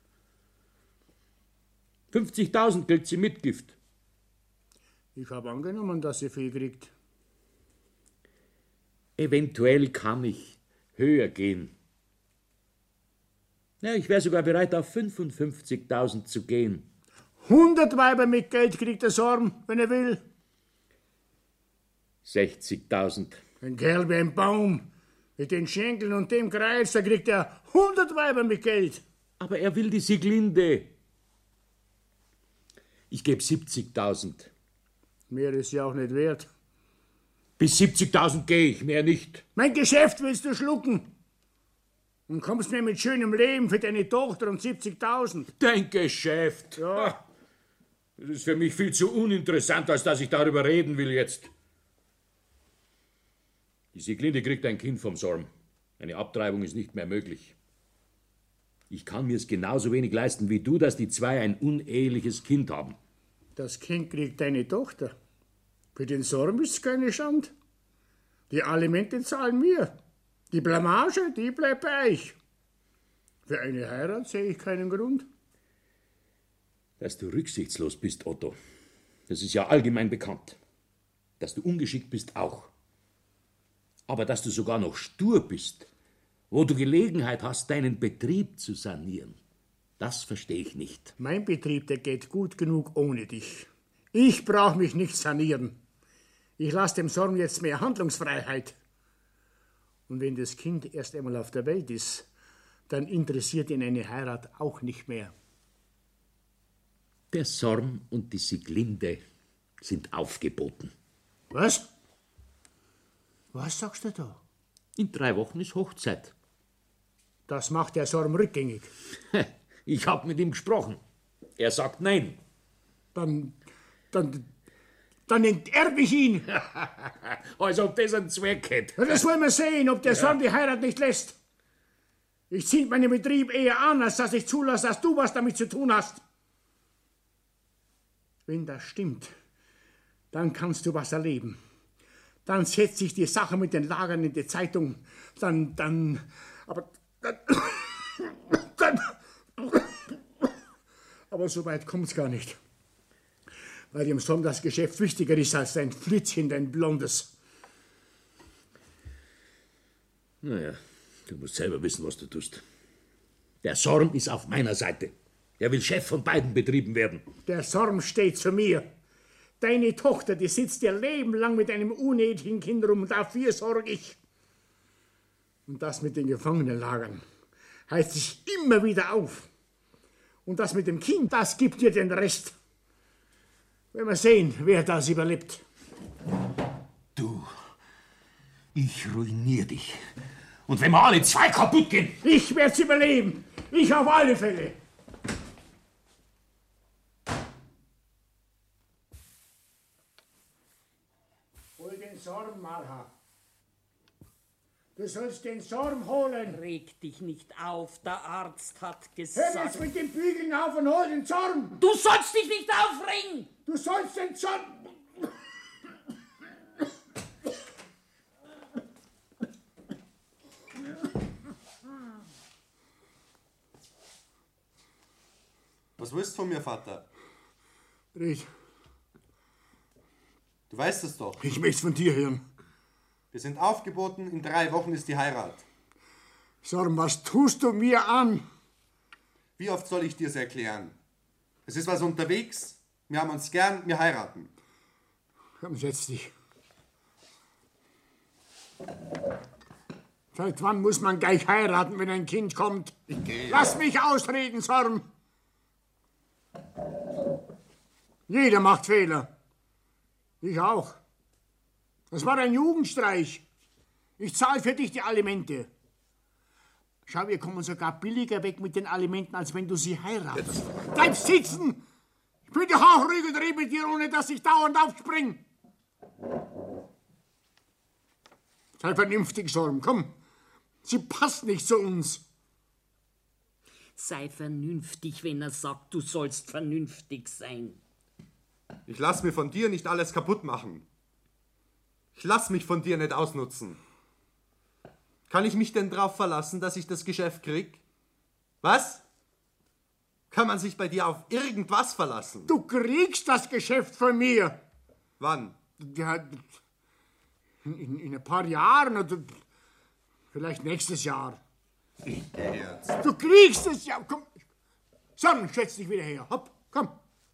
fünfzigtausend kriegt sie Mitgift. Ich habe angenommen, dass sie viel kriegt. Eventuell kann ich höher gehen. Ja, ich wäre sogar bereit, auf fünfundfünfzigtausend zu gehen. hundert Weiber mit Geld kriegt der Sorm, wenn er will. sechzigtausend. Ein Kerl wie ein Baum, mit den Schenkeln und dem Kreuz, da kriegt er hundert Weiber mit Geld. Aber er will die Sieglinde. Ich gebe siebzigtausend. Mehr ist ja auch nicht wert. Bis siebzigtausend gehe ich, mehr nicht. Mein Geschäft willst du schlucken. Und kommst mir mit schönem Leben für deine Tochter und siebzigtausend. Dein Geschäft? Ja. Das ist für mich viel zu uninteressant, als dass ich darüber reden will jetzt. Die Sieglinde kriegt ein Kind vom Sorm. Eine Abtreibung ist nicht mehr möglich. Ich kann mir es genauso wenig leisten wie du, dass die zwei ein uneheliches Kind haben. Das Kind kriegt deine Tochter. Für den Sorm ist es keine Schande. Die Alimente zahlen wir. Die Blamage, die bleibt bei euch. Für eine Heirat sehe ich keinen Grund. Dass du rücksichtslos bist, Otto, das ist ja allgemein bekannt. Dass du ungeschickt bist, auch. Aber dass du sogar noch stur bist, wo du Gelegenheit hast, deinen Betrieb zu sanieren, das verstehe ich nicht. Mein Betrieb, der geht gut genug ohne dich. Ich brauche mich nicht sanieren. Ich lasse dem Sorm jetzt mehr Handlungsfreiheit. Und wenn das Kind erst einmal auf der Welt ist, dann interessiert ihn eine Heirat auch nicht mehr. Der Sorm und die Sieglinde sind aufgeboten. Was? Was sagst du da? In drei Wochen ist Hochzeit. Das macht der Sorm rückgängig. Ich habe mit ihm gesprochen. Er sagt nein. Dann, dann, dann enterbe ich ihn. Als ob das einen Zweck hätte. Ja, das wollen wir sehen, ob der Sorm die Heirat nicht lässt. Ich ziehe meinen Betrieb eher an, als dass ich zulasse, dass du was damit zu tun hast. Wenn das stimmt, dann kannst du was erleben. Dann setzt sich die Sache mit den Lagern in die Zeitung. Dann, dann, aber, dann, dann, aber so weit kommt's gar nicht. Weil dem Sorm das Geschäft wichtiger ist als dein Flitzchen, dein Blondes. Naja, du musst selber wissen, was du tust. Der Sorm ist auf meiner Seite. Er will Chef von beiden Betrieben werden. Der Sorm steht zu mir. Deine Tochter, die sitzt ihr Leben lang mit einem unehelichen Kind rum, und dafür sorge ich. Und das mit den Gefangenenlagern heißt sich immer wieder auf. Und das mit dem Kind, das gibt dir den Rest. Wenn wir sehen, wer das überlebt. Du, ich ruiniere dich. Und wenn wir alle zwei kaputt gehen... Ich werd's überleben. Ich auf alle Fälle. Hol den Sorm, Marha. Du sollst den Sorm holen. Reg dich nicht auf, der Arzt hat Hör gesagt... jetzt mit dem Bügeln auf und hol den Sorm. Du sollst dich nicht aufregen! Du sollst den Sorm... Was willst du von mir, Vater? Red. Du weißt es doch. Ich möcht's von dir hören. Wir sind aufgeboten, in drei Wochen ist die Heirat. Sorm, was tust du mir an? Wie oft soll ich dir's erklären? Es ist was unterwegs, wir haben uns gern, wir heiraten. Komm, setz dich. Seit wann muss man gleich heiraten, wenn ein Kind kommt? Lass mich ausreden, Sorm. Jeder macht Fehler. Ich auch. Das war ein Jugendstreich. Ich zahle für dich die Alimente. Schau, wir kommen sogar billiger weg mit den Alimenten, als wenn du sie heiratest. Bleib sitzen! Ich bin doch auch ruhig und rede mit dir, ohne dass ich dauernd aufspring. Sei vernünftig, Sorm, komm. Sie passt nicht zu uns. Sei vernünftig, wenn er sagt, du sollst vernünftig sein. Ich lass mir von dir nicht alles kaputt machen. Ich lass mich von dir nicht ausnutzen. Kann ich mich denn drauf verlassen, dass ich das Geschäft krieg? Was? Kann man sich bei dir auf irgendwas verlassen? Du kriegst das Geschäft von mir. Wann? Ja, in, in ein paar Jahren oder vielleicht nächstes Jahr. Ernst? Du kriegst es ja. Komm. Sonn, schätz dich wieder her. Hopp, komm.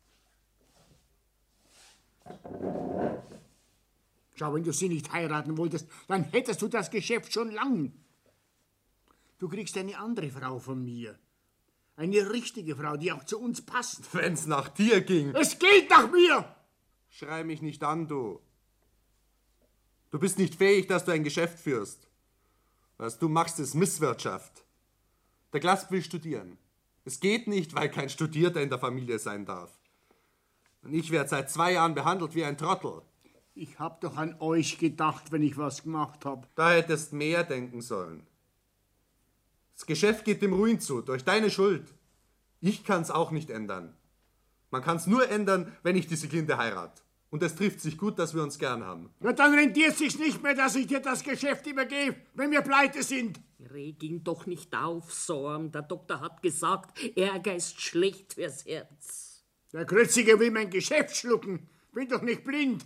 Schau, wenn du sie nicht heiraten wolltest, dann hättest du das Geschäft schon lang. Du kriegst eine andere Frau von mir. Eine richtige Frau, die auch zu uns passt. Wenn's nach dir ging. Es geht nach mir! Schrei mich nicht an, du. Du bist nicht fähig, dass du ein Geschäft führst. Was du machst, ist Misswirtschaft. Der Glasp will studieren. Es geht nicht, weil kein Studierter in der Familie sein darf. Und ich werde seit zwei Jahren behandelt wie ein Trottel. Ich hab doch an euch gedacht, wenn ich was gemacht hab. Da hättest mehr denken sollen. Das Geschäft geht dem Ruin zu, durch deine Schuld. Ich kann's auch nicht ändern. Man kann's nur ändern, wenn ich die Siglinde heirate. Und es trifft sich gut, dass wir uns gern haben. Na, dann rentiert sich's nicht mehr, dass ich dir das Geschäft übergebe, wenn wir pleite sind. Reg ihn doch nicht auf, Sorm. Der Doktor hat gesagt, Ärger ist schlecht fürs Herz. Der Grütziger will mein Geschäft schlucken. Bin doch nicht blind.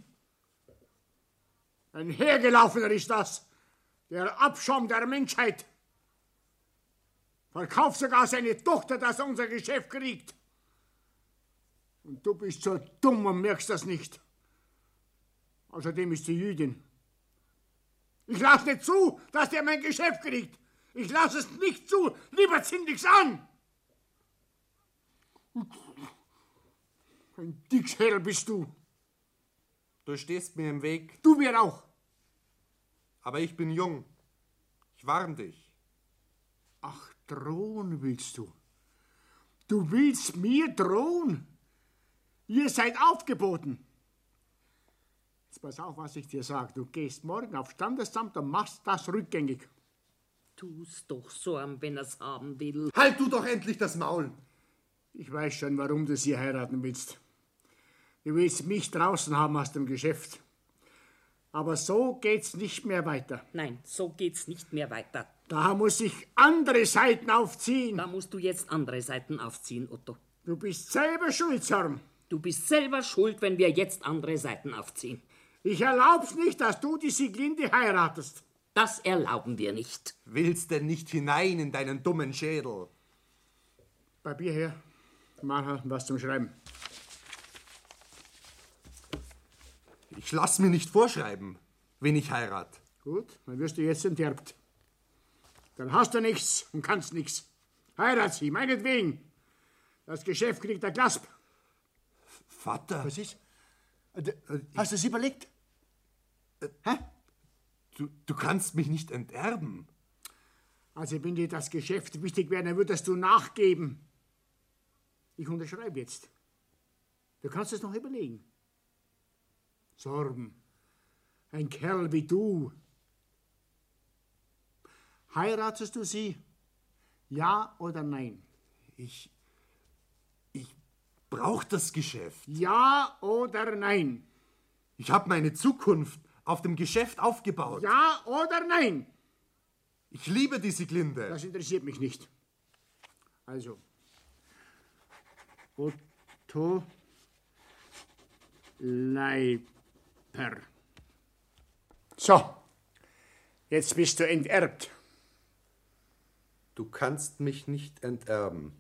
Ein Hergelaufener ist das. Der Abschaum der Menschheit. Verkauft sogar seine Tochter, dass er unser Geschäft kriegt. Und du bist so dumm und merkst das nicht. Außerdem ist sie Jüdin. Ich lass nicht zu, dass der mein Geschäft kriegt. Ich lass es nicht zu. Lieber zünd ich's an. Ein Dicksherr bist du. Du stehst mir im Weg. Du mir auch. Aber ich bin jung. Ich warn dich. Ach, drohen willst du. Du willst mir drohen? Ihr seid aufgeboten. Jetzt pass auf, was ich dir sage. Du gehst morgen aufs Standesamt und machst das rückgängig. Tu's doch, Sorm, wenn er's haben will. Halt du doch endlich das Maul. Ich weiß schon, warum du sie heiraten willst. Du willst mich draußen haben aus dem Geschäft. Aber so geht's nicht mehr weiter. Nein, so geht's nicht mehr weiter. Da muss ich andere Seiten aufziehen. Da musst du jetzt andere Seiten aufziehen, Otto. Du bist selber schuld, Sorm. Du bist selber schuld, wenn wir jetzt andere Seiten aufziehen. Ich erlaub's nicht, dass du die Siglinde heiratest. Das erlauben wir nicht. Willst denn nicht hinein in deinen dummen Schädel? Papier her. Mach was zum Schreiben. Ich lass mir nicht vorschreiben, wen ich heirat. Gut, dann wirst du jetzt enterbt. Dann hast du nichts und kannst nichts. Heirat sie, meinetwegen. Das Geschäft kriegt der Glasp. Vater. Was ist? Hast du es überlegt? Hä? Du, du kannst mich nicht enterben. Also wenn dir das Geschäft wichtig wäre, dann würdest du nachgeben. Ich unterschreibe jetzt. Du kannst es noch überlegen. Sorben, ein Kerl wie du. Heiratest du sie? Ja oder nein? Ich... Ich brauch das Geschäft. Ja oder nein? Ich habe meine Zukunft auf dem Geschäft aufgebaut. Ja oder nein? Ich liebe die Siglinde. Das interessiert mich nicht. Also, Otto Leiper. So, jetzt bist du enterbt. Du kannst mich nicht enterben.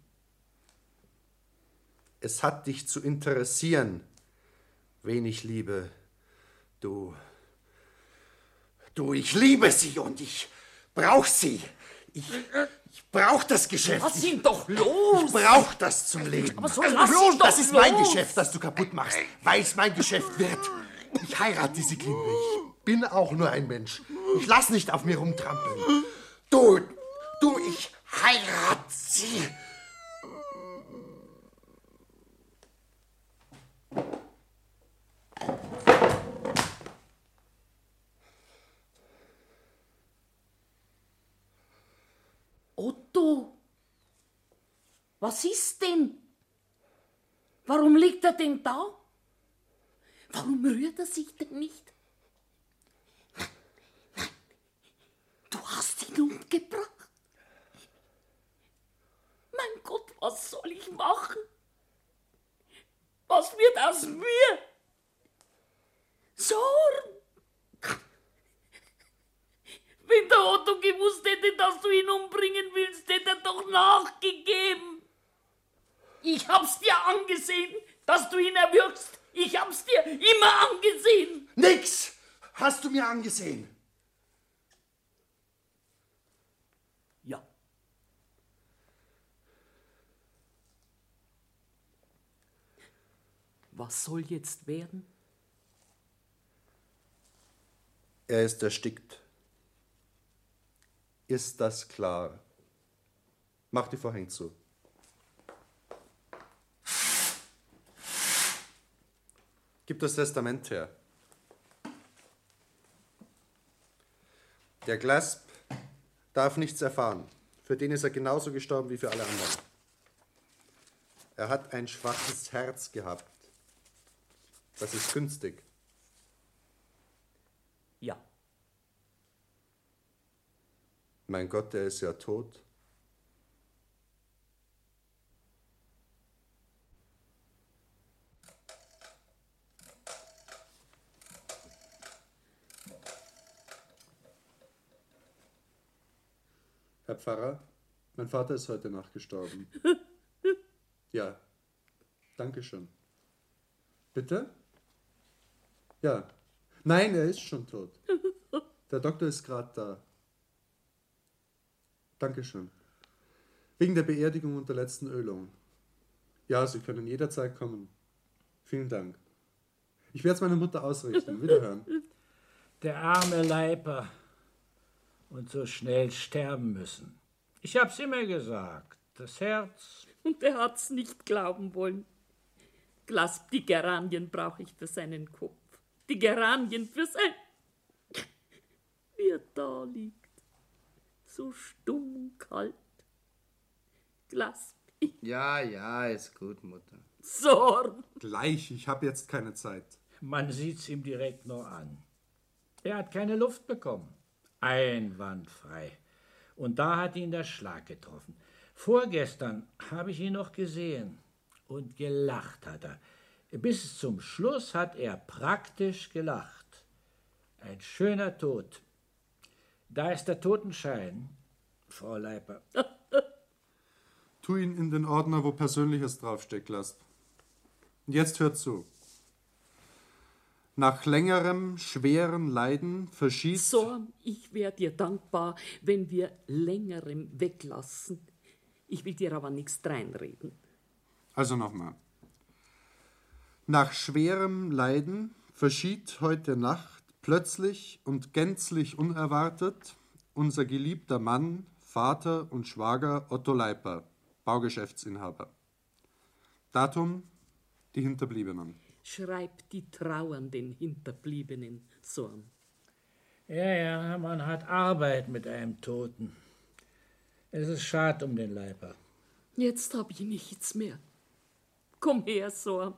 Es hat dich zu interessieren, wen ich liebe. Du... Du, ich liebe sie und ich brauch sie. Ich, ich brauch das Geschäft. Lass ihn doch los. Ich brauch das zum Leben. Aber so lass ihn los, doch das ist los. mein Geschäft, das du kaputt machst, weil es mein Geschäft wird. Ich heirate die Siglinde. Ich bin auch nur ein Mensch. Ich lass nicht auf mir rumtrampeln. Du, du, ich heirat sie. Otto, was ist denn? Warum liegt er denn da? Warum rührt er sich denn nicht? Nein, nein, du hast ihn umgebracht. Mein Gott, was soll ich machen? Was wird aus mir? Sorn! Wenn der Otto gewusst hätte, dass du ihn umbringen willst, hätte er doch nachgegeben. Ich hab's dir angesehen, dass du ihn erwürgst. Ich hab's dir immer angesehen. Nix hast du mir angesehen. Ja. Was soll jetzt werden? Er ist erstickt. Ist das klar? Mach die Vorhänge zu. Gib das Testament her. Der Glasp darf nichts erfahren. Für den ist er genauso gestorben wie für alle anderen. Er hat ein schwaches Herz gehabt. Das ist günstig. Ja. Mein Gott, der ist ja tot. Herr Pfarrer, mein Vater ist heute Nacht gestorben. Ja, danke schön. Bitte? Ja. Nein, er ist schon tot. Der Doktor ist gerade da. Dankeschön. Wegen der Beerdigung und der letzten Ölung. Ja, Sie können jederzeit kommen. Vielen Dank. Ich werde es meiner Mutter ausrichten. Wiederhören. Der arme Leiper. Und so schnell sterben müssen. Ich hab's immer gesagt. Das Herz... Und er hat's nicht glauben wollen. Glasp, die Geranien brauche ich für seinen Kopf. Die Geranien für sein... Wie er da liegt. So stumm und kalt. Glasp, ich... Ja, ja, ist gut, Mutter. Sorn! Gleich, ich habe jetzt keine Zeit. Man sieht's ihm direkt nur an. Er hat keine Luft bekommen. Einwandfrei. Und da hat ihn der Schlag getroffen. Vorgestern habe ich ihn noch gesehen. Und gelacht hat er. Bis zum Schluss hat er praktisch gelacht. Ein schöner Tod. Da ist der Totenschein, Frau Leiper. Tu ihn in den Ordner, wo Persönliches draufsteht, Glasp. Und jetzt hört zu. Nach längerem, schweren Leiden verschießt... Sorn, ich wäre dir dankbar, wenn wir längerem weglassen. Ich will dir aber nichts dreinreden. Also nochmal. Nach schwerem Leiden verschied heute Nacht plötzlich und gänzlich unerwartet unser geliebter Mann, Vater und Schwager Otto Leiper, Baugeschäftsinhaber. Datum, die Hinterbliebenen. Schreib die trauernden Hinterbliebenen, Sorn. Ja, ja, man hat Arbeit mit einem Toten. Es ist schad um den Leiper. Jetzt hab ich nichts mehr. Komm her, Sorn.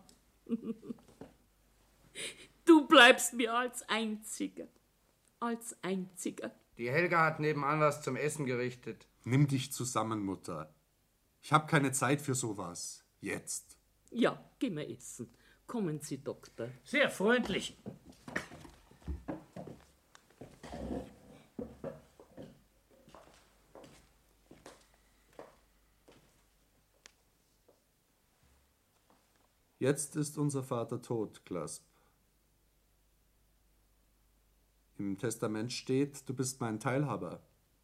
Du bleibst mir als Einziger. Als Einziger. Die Helga hat nebenan was zum Essen gerichtet. Nimm dich zusammen, Mutter. Ich habe keine Zeit für sowas. Jetzt. Ja, gehen wir essen. Kommen Sie, Doktor. Sehr freundlich. Jetzt ist unser Vater tot, Glasp. Im Testament steht, du bist mein Teilhaber.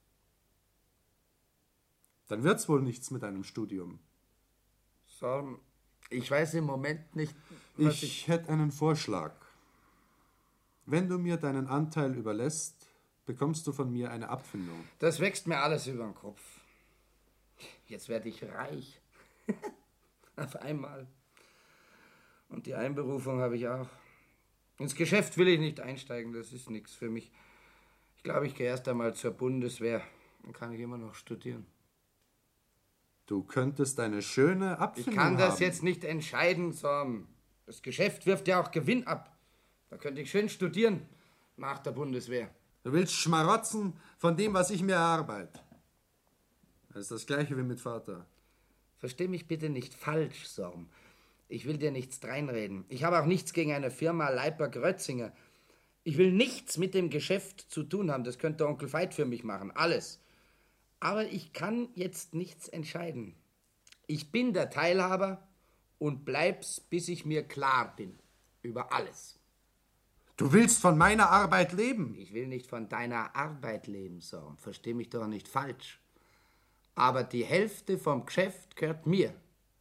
Dann wird's wohl nichts mit deinem Studium. Sorn, ich weiß im Moment nicht, was Ich, ich... hätte einen Vorschlag. Wenn du mir deinen Anteil überlässt, bekommst du von mir eine Abfindung. Das wächst mir alles über den Kopf. jetzt werde ich reich. Auf einmal. Und die Einberufung habe ich auch. Ins Geschäft will ich nicht einsteigen, das ist nichts für mich. Ich glaube, ich gehe erst einmal zur Bundeswehr. Dann kann ich immer noch studieren. Du könntest eine schöne Abfindung Ich kann das haben. jetzt nicht entscheiden, Sam. Das Geschäft wirft ja auch Gewinn ab. Da könnte ich schön studieren nach der Bundeswehr. Du willst schmarotzen von dem, was ich mir erarbeite. Das ist das Gleiche wie mit Vater. Versteh mich bitte nicht falsch, Sam. Ich will dir nichts dreinreden. Ich habe auch nichts gegen eine Firma Leiper-Grötzinger. Ich will nichts mit dem Geschäft zu tun haben. Das könnte Onkel Veit für mich machen. Alles. Aber ich kann jetzt nichts entscheiden. Ich bin der Teilhaber und bleib's, bis ich mir klar bin. Über alles. Du willst von meiner Arbeit leben? Ich will nicht von deiner Arbeit leben, Sam. Versteh mich doch nicht falsch. Aber die Hälfte vom Geschäft gehört mir.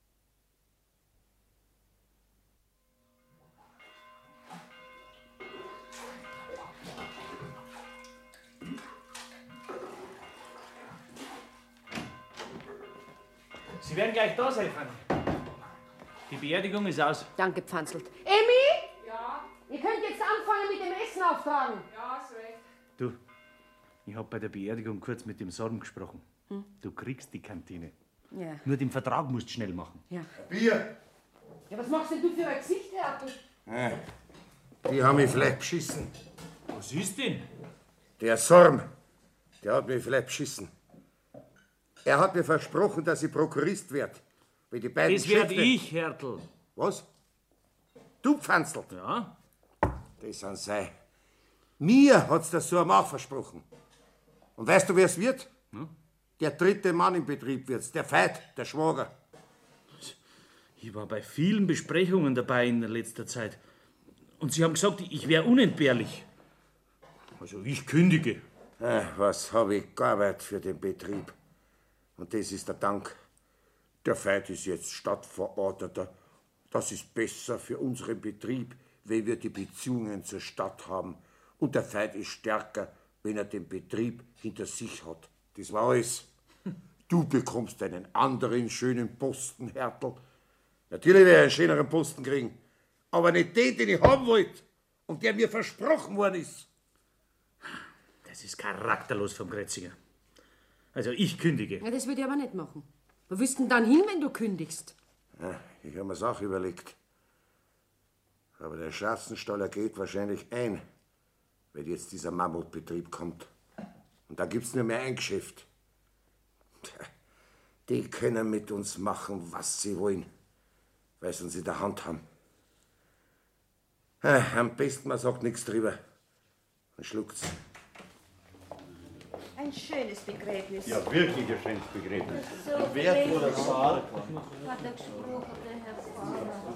Sie werden gleich da sein, Fanny. Die Beerdigung ist aus. Danke, Pfanzelt. Emmy? Ja? Ihr könnt jetzt anfangen mit dem Essen auftragen. Ja, ist recht. Du, ich hab bei der Beerdigung kurz mit dem Sorm gesprochen. Hm? Du kriegst die Kantine. Ja. Nur den Vertrag musst du schnell machen. Ja. Bier! Ja, was machst denn du für ein Gesicht, Hertel? Äh, die haben mich vielleicht beschissen. Was ist denn? Der Sorm, der hat mich vielleicht beschissen. Er hat mir versprochen, dass ich Prokurist werde. Wie die beiden Das werd Geschäfte- ich, Hertel. Was? Du Pfanzelt? Ja. Das sind sei. Mir hat's der Sorm auch versprochen. Und weißt du, wer es wird? Hm? Der dritte Mann im Betrieb wird's. Der Veit, der Schwager. Ich war bei vielen Besprechungen dabei in letzter Zeit. Und sie haben gesagt, ich wäre unentbehrlich. Also ich kündige. Äh, was habe ich gearbeitet für den Betrieb? Und das ist der Dank. Der Veit ist jetzt Stadtverordneter. Das ist besser für unseren Betrieb, wenn wir die Beziehungen zur Stadt haben. Und der Veit ist stärker, wenn er den Betrieb hinter sich hat. Das war alles. Du bekommst einen anderen schönen Posten, Hertel. Natürlich werde ich einen schöneren Posten kriegen. Aber nicht den, den ich haben wollte. Und der mir versprochen worden ist. Das ist charakterlos vom Grötzinger. Also ich kündige. Ja, das würde ich aber nicht machen. Wo willst du denn dann hin, wenn du kündigst? Ja, ich habe mir's auch überlegt. Aber der Schatzenstaller geht wahrscheinlich ein, wenn jetzt dieser Mammutbetrieb kommt. Und da gibt's nur mehr ein Geschäft. Tja, die können mit uns machen, was sie wollen, weil sie uns in der Hand haben. Ja, am besten, man sagt nichts drüber. Man schluckt's. Ein schönes Begräbnis. Ja, wirklich ein schönes Begräbnis. So wertvoller pfleglich Sarg. Hat er gesprochen, der Herr Pfarrer.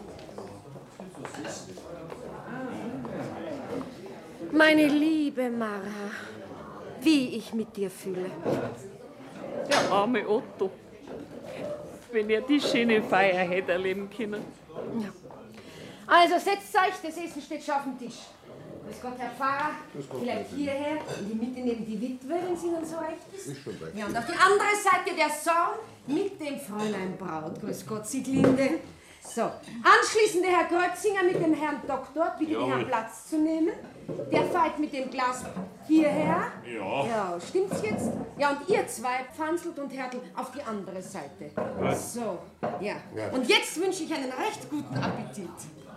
Meine liebe Mara, wie ich mit dir fühle. Der arme Otto. Wenn er die schöne Feier hätte erleben können. Ja. Also setzt euch, das Essen steht schon auf dem Tisch. Grüß Gott, Herr Pfarrer. Vielleicht hierher, in die Mitte neben die Witwe, wenn sie Ihnen so recht ist. Ist schon recht. Ja, und auf die andere Seite der Sorn mit dem Fräulein Braut. Grüß Gott, Sieglinde. So, anschließend der Herr Grötzinger mit dem Herrn Doktor. Bitte den Jawohl. Herrn Platz zu nehmen. Der Veit mit dem Glas hierher. Ja. Ja, stimmt's jetzt? Ja, und ihr zwei, Pfanzelt und Hertel, auf die andere Seite. Was? So, ja. Ja. Und jetzt wünsche ich einen recht guten Appetit.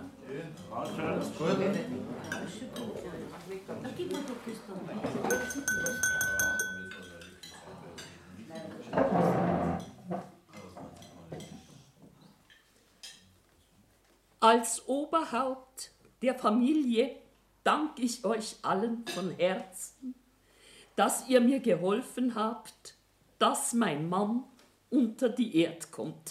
Als Oberhaupt der Familie danke ich euch allen von Herzen, dass ihr mir geholfen habt, dass mein Mann unter die Erde kommt.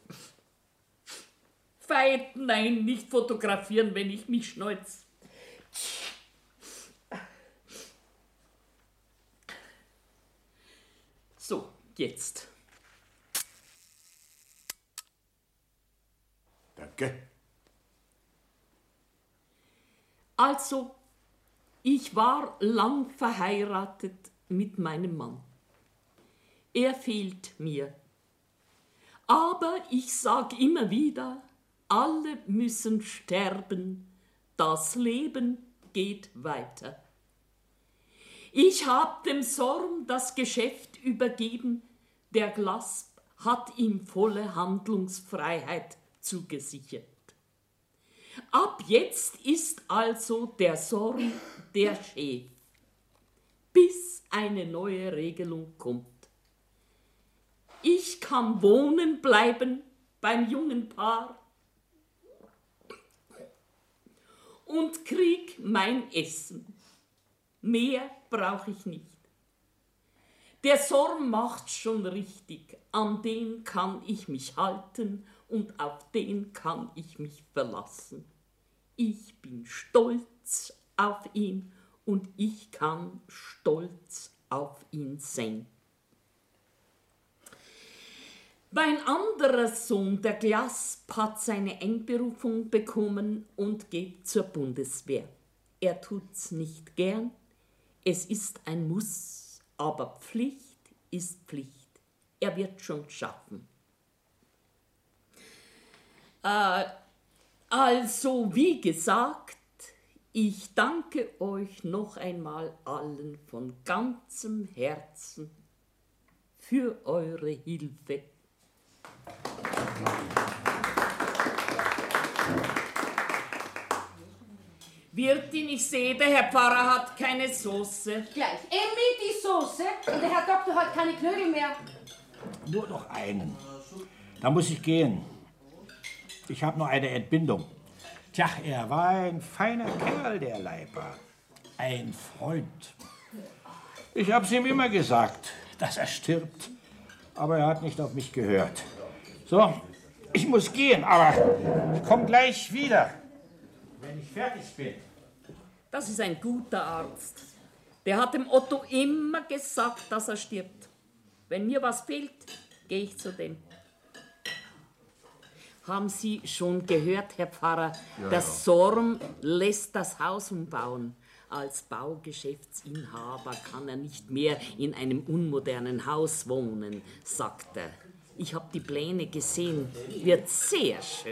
Veit, nein, nicht fotografieren, wenn ich mich schneuz. So, jetzt. Danke. Also, ich war lang verheiratet mit meinem Mann. Er fehlt mir. Aber ich sag immer wieder, alle müssen sterben. Das Leben geht weiter. Ich hab dem Sorm das Geschäft übergeben. Der Glasp hat ihm volle Handlungsfreiheit zugesichert. Ab jetzt ist also der Sorm der Chef, bis eine neue Regelung kommt. Ich kann wohnen bleiben beim jungen Paar und krieg mein Essen. Mehr brauche ich nicht. Der Sorm macht's schon richtig, an den kann ich mich halten und auf den kann ich mich verlassen. Ich bin stolz auf ihn und ich kann stolz auf ihn sein. Mein anderer Sohn, der Glasp, hat seine Engberufung bekommen und geht zur Bundeswehr. Er tut's nicht gern, es ist ein Muss, aber Pflicht ist Pflicht. Er wird schon schaffen. Äh, also, wie gesagt, ich danke euch noch einmal allen von ganzem Herzen für eure Hilfe. Wirtin, ich sehe, der Herr Pfarrer hat keine Soße. Gleich. Emmi, die Soße. Und der Herr Doktor hat keine Knödel mehr. Nur noch einen. Da muss ich gehen. Ich habe noch eine Entbindung. Tja, er war ein feiner Kerl, der Leiper. Ein Freund. Ich hab's ihm immer gesagt, dass er stirbt. Aber er hat nicht auf mich gehört. So, ich muss gehen, aber ich komme gleich wieder, wenn ich fertig bin. Das ist ein guter Arzt. Der hat dem Otto immer gesagt, dass er stirbt. Wenn mir was fehlt, gehe ich zu dem. Haben Sie schon gehört, Herr Pfarrer, Ja, der ja. Sorm lässt das Haus umbauen. Als Baugeschäftsinhaber kann er nicht mehr in einem unmodernen Haus wohnen, sagt er. Ich habe die Pläne gesehen. Wird sehr schön.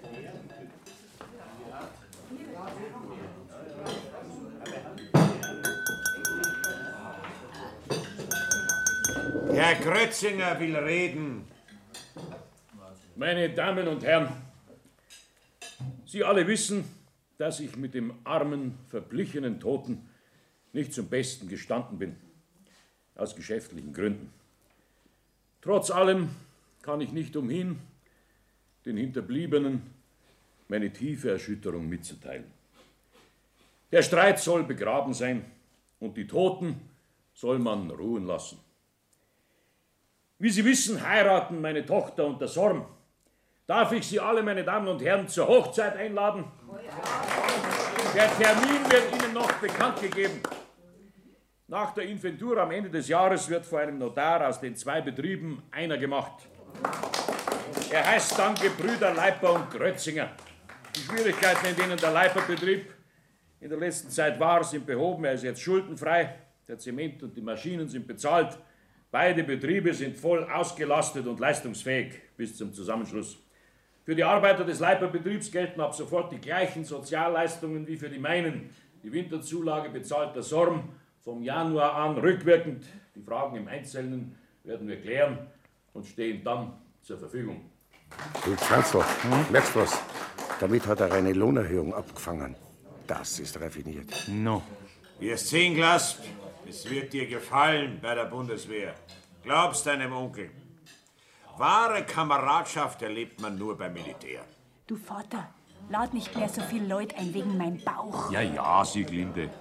Herr Grötzinger will reden. Meine Damen und Herren, Sie alle wissen, dass ich mit dem armen, verblichenen Toten nicht zum Besten gestanden bin, aus geschäftlichen Gründen. Trotz allem kann ich nicht umhin, den Hinterbliebenen meine tiefe Erschütterung mitzuteilen. Der Streit soll begraben sein und die Toten soll man ruhen lassen. Wie Sie wissen, heiraten meine Tochter und der Sorm. Darf ich Sie alle, meine Damen und Herren, zur Hochzeit einladen? Der Termin wird Ihnen noch bekannt gegeben. Nach der Inventur am Ende des Jahres wird vor einem Notar aus den zwei Betrieben einer gemacht. Er heißt dann Gebrüder Leiper und Grötzinger. Die Schwierigkeiten, in denen der Leiper-Betrieb in der letzten Zeit war, sind behoben. Er ist jetzt schuldenfrei. Der Zement und die Maschinen sind bezahlt. Beide Betriebe sind voll ausgelastet und leistungsfähig bis zum Zusammenschluss. Für die Arbeiter des Leiper-Betriebs gelten ab sofort die gleichen Sozialleistungen wie für die meinen. Die Winterzulage bezahlt der Sorm vom Januar an rückwirkend. Die Fragen im Einzelnen werden wir klären und stehen dann zur Verfügung. Du Franzl, merkst was? Damit hat er eine Lohnerhöhung abgefangen. Das ist raffiniert. No. Wirst sehen, Glasp, es wird dir gefallen bei der Bundeswehr. Glaubst deinem Onkel. Wahre Kameradschaft erlebt man nur beim Militär. Du Vater, lad nicht mehr so viele Leute ein wegen meinem Bauch. Ja, ja, Sieglinde.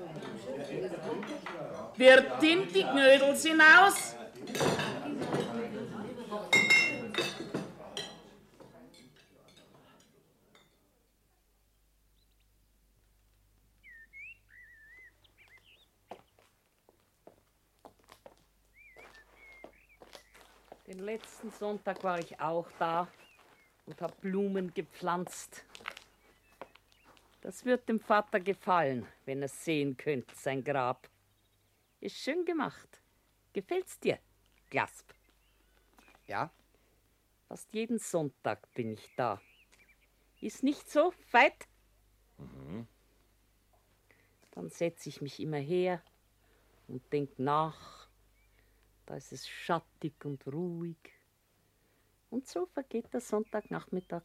Wirtin, die Knödel sind aus. Den letzten Sonntag war ich auch da und habe Blumen gepflanzt. Das wird dem Vater gefallen, wenn er sehen könnte, sein Grab. Ist schön gemacht. Gefällt's dir, Glasp? Ja, Fast jeden Sonntag bin ich da. Ist nicht so, Veit? Mhm. Dann setze ich mich immer her und denk nach. Da ist es schattig und ruhig. Und so vergeht der Sonntagnachmittag.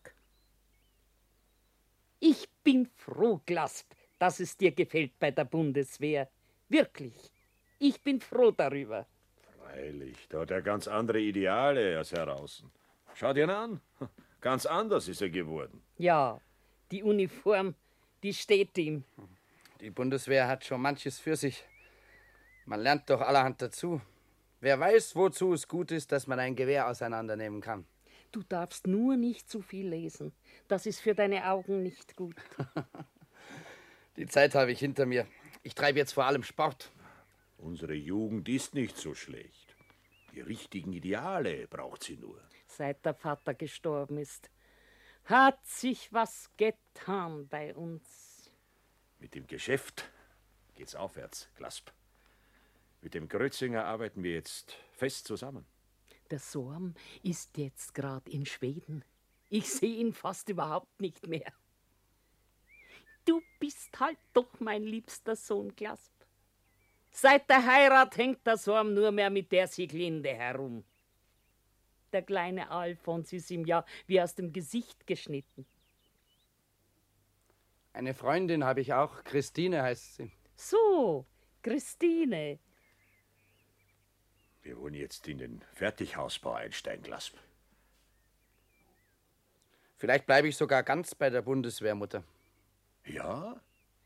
Ich bin froh, Glasp, dass es dir gefällt bei der Bundeswehr. Wirklich. Ich bin froh darüber. Freilich, da hat er ganz andere Ideale als heraußen. Schau dir ihn an. Ganz anders ist er geworden. Ja, die Uniform, die steht ihm. Die Bundeswehr hat schon manches für sich. Man lernt doch allerhand dazu. Wer weiß, wozu es gut ist, dass man ein Gewehr auseinandernehmen kann. Du darfst nur nicht zu viel lesen. Das ist für deine Augen nicht gut. Die Zeit habe ich hinter mir. Ich treibe jetzt vor allem Sport. Unsere Jugend ist nicht so schlecht. Die richtigen Ideale braucht sie nur. Seit der Vater gestorben ist, hat sich was getan bei uns. Mit dem Geschäft geht's aufwärts, Glasp. Mit dem Grötzinger arbeiten wir jetzt fest zusammen. Der Sorm ist jetzt gerade in Schweden. Ich sehe ihn fast überhaupt nicht mehr. Du bist halt doch mein liebster Sohn, Glasp. Seit der Heirat hängt der Sorm nur mehr mit der Sieglinde herum. Der kleine Alfons ist ihm ja wie aus dem Gesicht geschnitten. Eine Freundin habe ich auch, Christine heißt sie. So, Christine. Wir wollen jetzt in den Fertighausbau einsteigen, Glasp. Vielleicht bleibe ich sogar ganz bei der Bundeswehr, Mutter. Ja?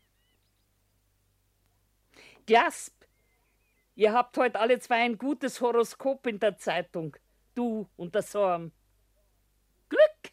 Glasp, ihr habt heute alle zwei ein gutes Horoskop in der Zeitung. Du und der Sorm. Glück!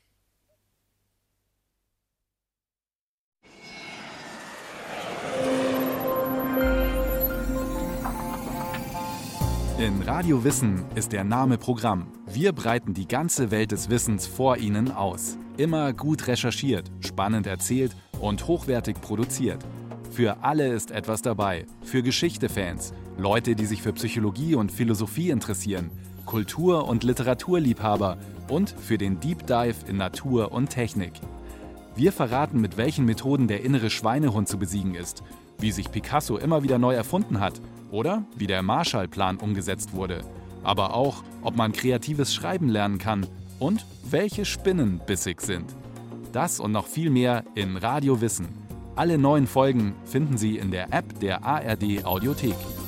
In Radio Wissen ist der Name Programm. Wir breiten die ganze Welt des Wissens vor Ihnen aus. Immer gut recherchiert, spannend erzählt und hochwertig produziert. Für alle ist etwas dabei. Für Geschichte-Fans, Leute, die sich für Psychologie und Philosophie interessieren, Kultur- und Literaturliebhaber und für den Deep Dive in Natur und Technik. Wir verraten, mit welchen Methoden der innere Schweinehund zu besiegen ist, wie sich Picasso immer wieder neu erfunden hat oder wie der Marshallplan umgesetzt wurde, aber auch, ob man kreatives Schreiben lernen kann und welche Spinnen bissig sind. Das und noch viel mehr in Radio Wissen. Alle neuen Folgen finden Sie in der App der A R D Audiothek.